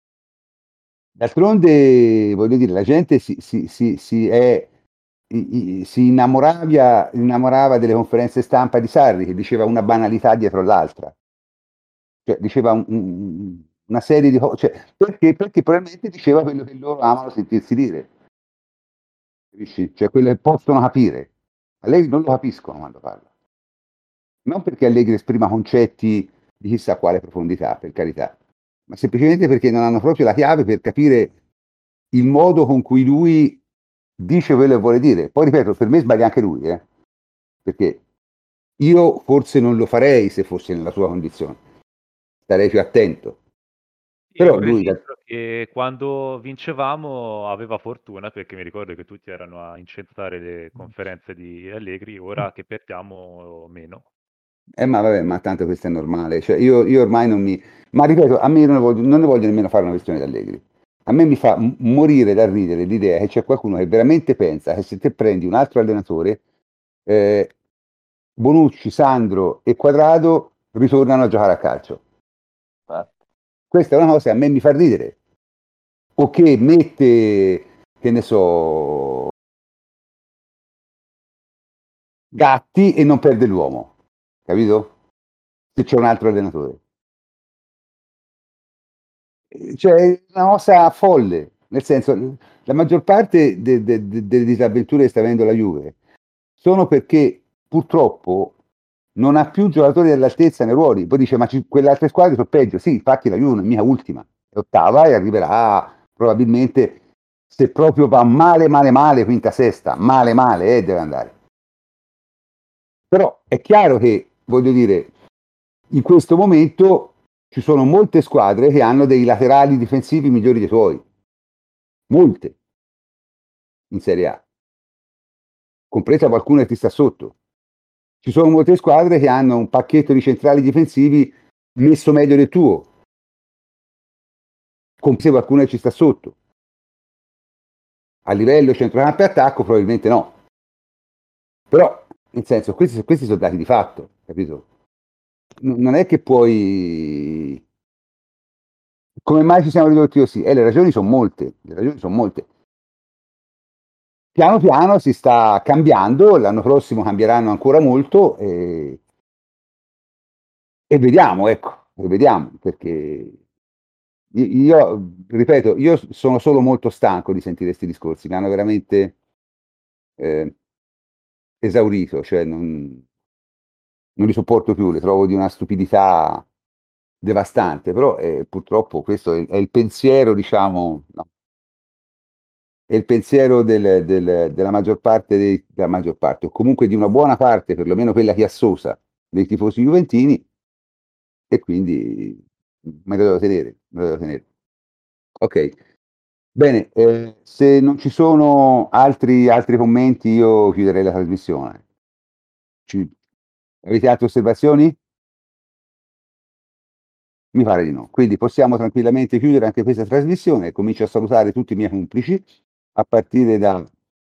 D'altronde, voglio dire, la gente si, si- si- si è- i- i- si innamorava, innamorava delle conferenze stampa di Sarri, che diceva una banalità dietro l'altra. Cioè, diceva un- un- una serie di cose, cioè, perché? Perché probabilmente diceva quello che loro amano sentirsi dire, capisci? Cioè quello che possono capire. A lei non lo capiscono quando parla. Non perché Allegri esprima concetti di chissà quale profondità, per carità, ma semplicemente perché non hanno proprio la chiave per capire il modo con cui lui dice quello che vuole dire. Poi ripeto, per me sbaglia anche lui, eh? Perché io forse non lo farei se fossi nella sua condizione, starei più attento. Io Però lui, registro che quando vincevamo aveva fortuna, perché mi ricordo che tutti erano a incentrare le conferenze di Allegri, ora che perdiamo meno. eh, ma vabbè, ma tanto questo è normale. Cioè, io, io ormai non mi... Ma ripeto, a me non ne voglio, non ne voglio nemmeno fare una questione di Allegri. A me mi fa m- morire da ridere l'idea che c'è qualcuno che veramente pensa che se te prendi un altro allenatore, eh, Bonucci, Sandro e Quadrado ritornano a giocare a calcio. Infatti. Questa è una cosa che a me mi fa ridere. O che mette, che ne so, Gatti e non perde l'uomo. Capito? Se c'è un altro allenatore. Cioè, è una cosa folle. Nel senso, la maggior parte de- de- de- delle disavventure che sta avendo la Juve sono perché purtroppo non ha più giocatori dell'altezza nei ruoli. Poi dice, ma ci- quelle altre squadre sono peggio. Sì, infatti la Juve non è mica ultima, è ottava e arriverà probabilmente, se proprio va male, male, male, quinta, sesta, male, male, eh, deve andare. Però è chiaro che, voglio dire, in questo momento ci sono molte squadre che hanno dei laterali difensivi migliori dei tuoi. Molte. In Serie A. Compresa qualcuno che ti sta sotto. Ci sono molte squadre che hanno un pacchetto di centrali difensivi messo meglio del tuo. Compresa qualcuno che ci sta sotto. A livello centrocampo e attacco probabilmente no. Però, nel senso, questi, questi sono dati di fatto, capito? N- non è che puoi... Come mai ci siamo ridotti così? Eh, le ragioni sono molte, le ragioni sono molte. Piano piano si sta cambiando, l'anno prossimo cambieranno ancora molto e, e vediamo, ecco, e vediamo, perché io, ripeto, io sono solo molto stanco di sentire questi discorsi, mi hanno veramente eh, esaurito, cioè non, non li sopporto più, le trovo di una stupidità devastante, però eh, purtroppo questo è, è il pensiero, diciamo, no, è il pensiero del- del- della maggior parte, dei, della maggior parte, o comunque di una buona parte, perlomeno quella che assosa, dei tifosi juventini, e quindi me lo devo tenere, me lo devo tenere. Ok, bene, eh, se non ci sono altri, altri commenti io chiuderei la trasmissione. Ci- avete altre osservazioni? Mi pare di no. Quindi possiamo tranquillamente chiudere anche questa trasmissione. Comincio a salutare tutti i miei complici, a partire da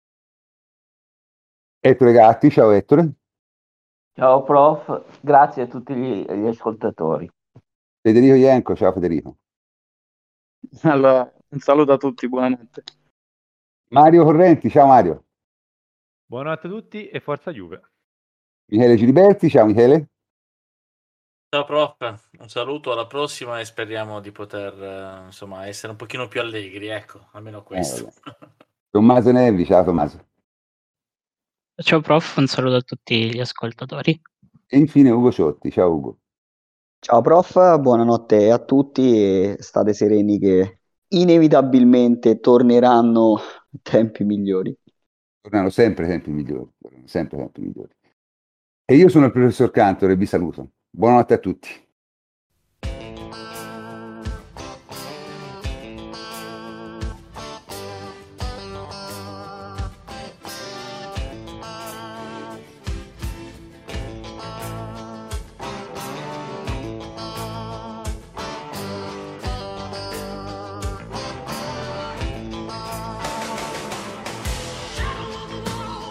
Ettore Gatti. Ciao Ettore. Ciao prof, grazie a tutti gli, gli ascoltatori. Federico Ienco. Ciao Federico. Allora, un saluto a tutti, buonanotte. Mario Correnti. Ciao Mario. Buonanotte a tutti e forza Juve. Michele Giliberti. Ciao Michele. Ciao prof, un saluto, alla prossima e speriamo di poter eh, insomma essere un pochino più allegri, ecco, almeno questo. Eh, Tommaso Nervi. Ciao Tommaso. Ciao prof, un saluto a tutti gli ascoltatori. E infine Ugo Ciotti. Ciao Ugo. Ciao prof, buonanotte a tutti e state sereni che inevitabilmente torneranno tempi migliori. Tornano sempre tempi migliori. Tornano sempre tempi migliori. E io sono il professor Cantor e vi saluto. Buonanotte a tutti.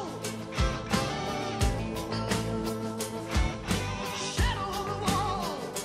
Shadow on the wall.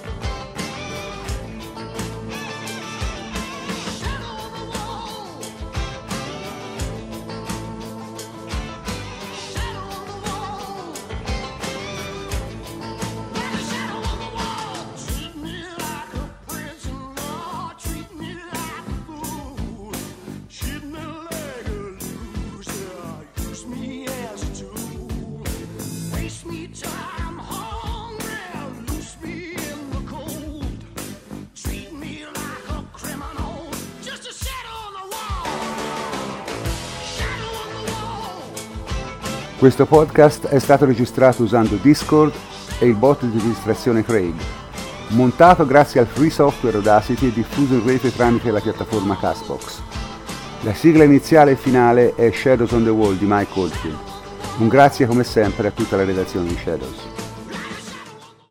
Questo podcast è stato registrato usando Discord e il bot di registrazione Craig, montato grazie al free software Audacity e diffuso in rete tramite la piattaforma Castbox. La sigla iniziale e finale è Shadows on the Wall di Mike Oldfield. Un grazie come sempre a tutta la redazione di Shadows.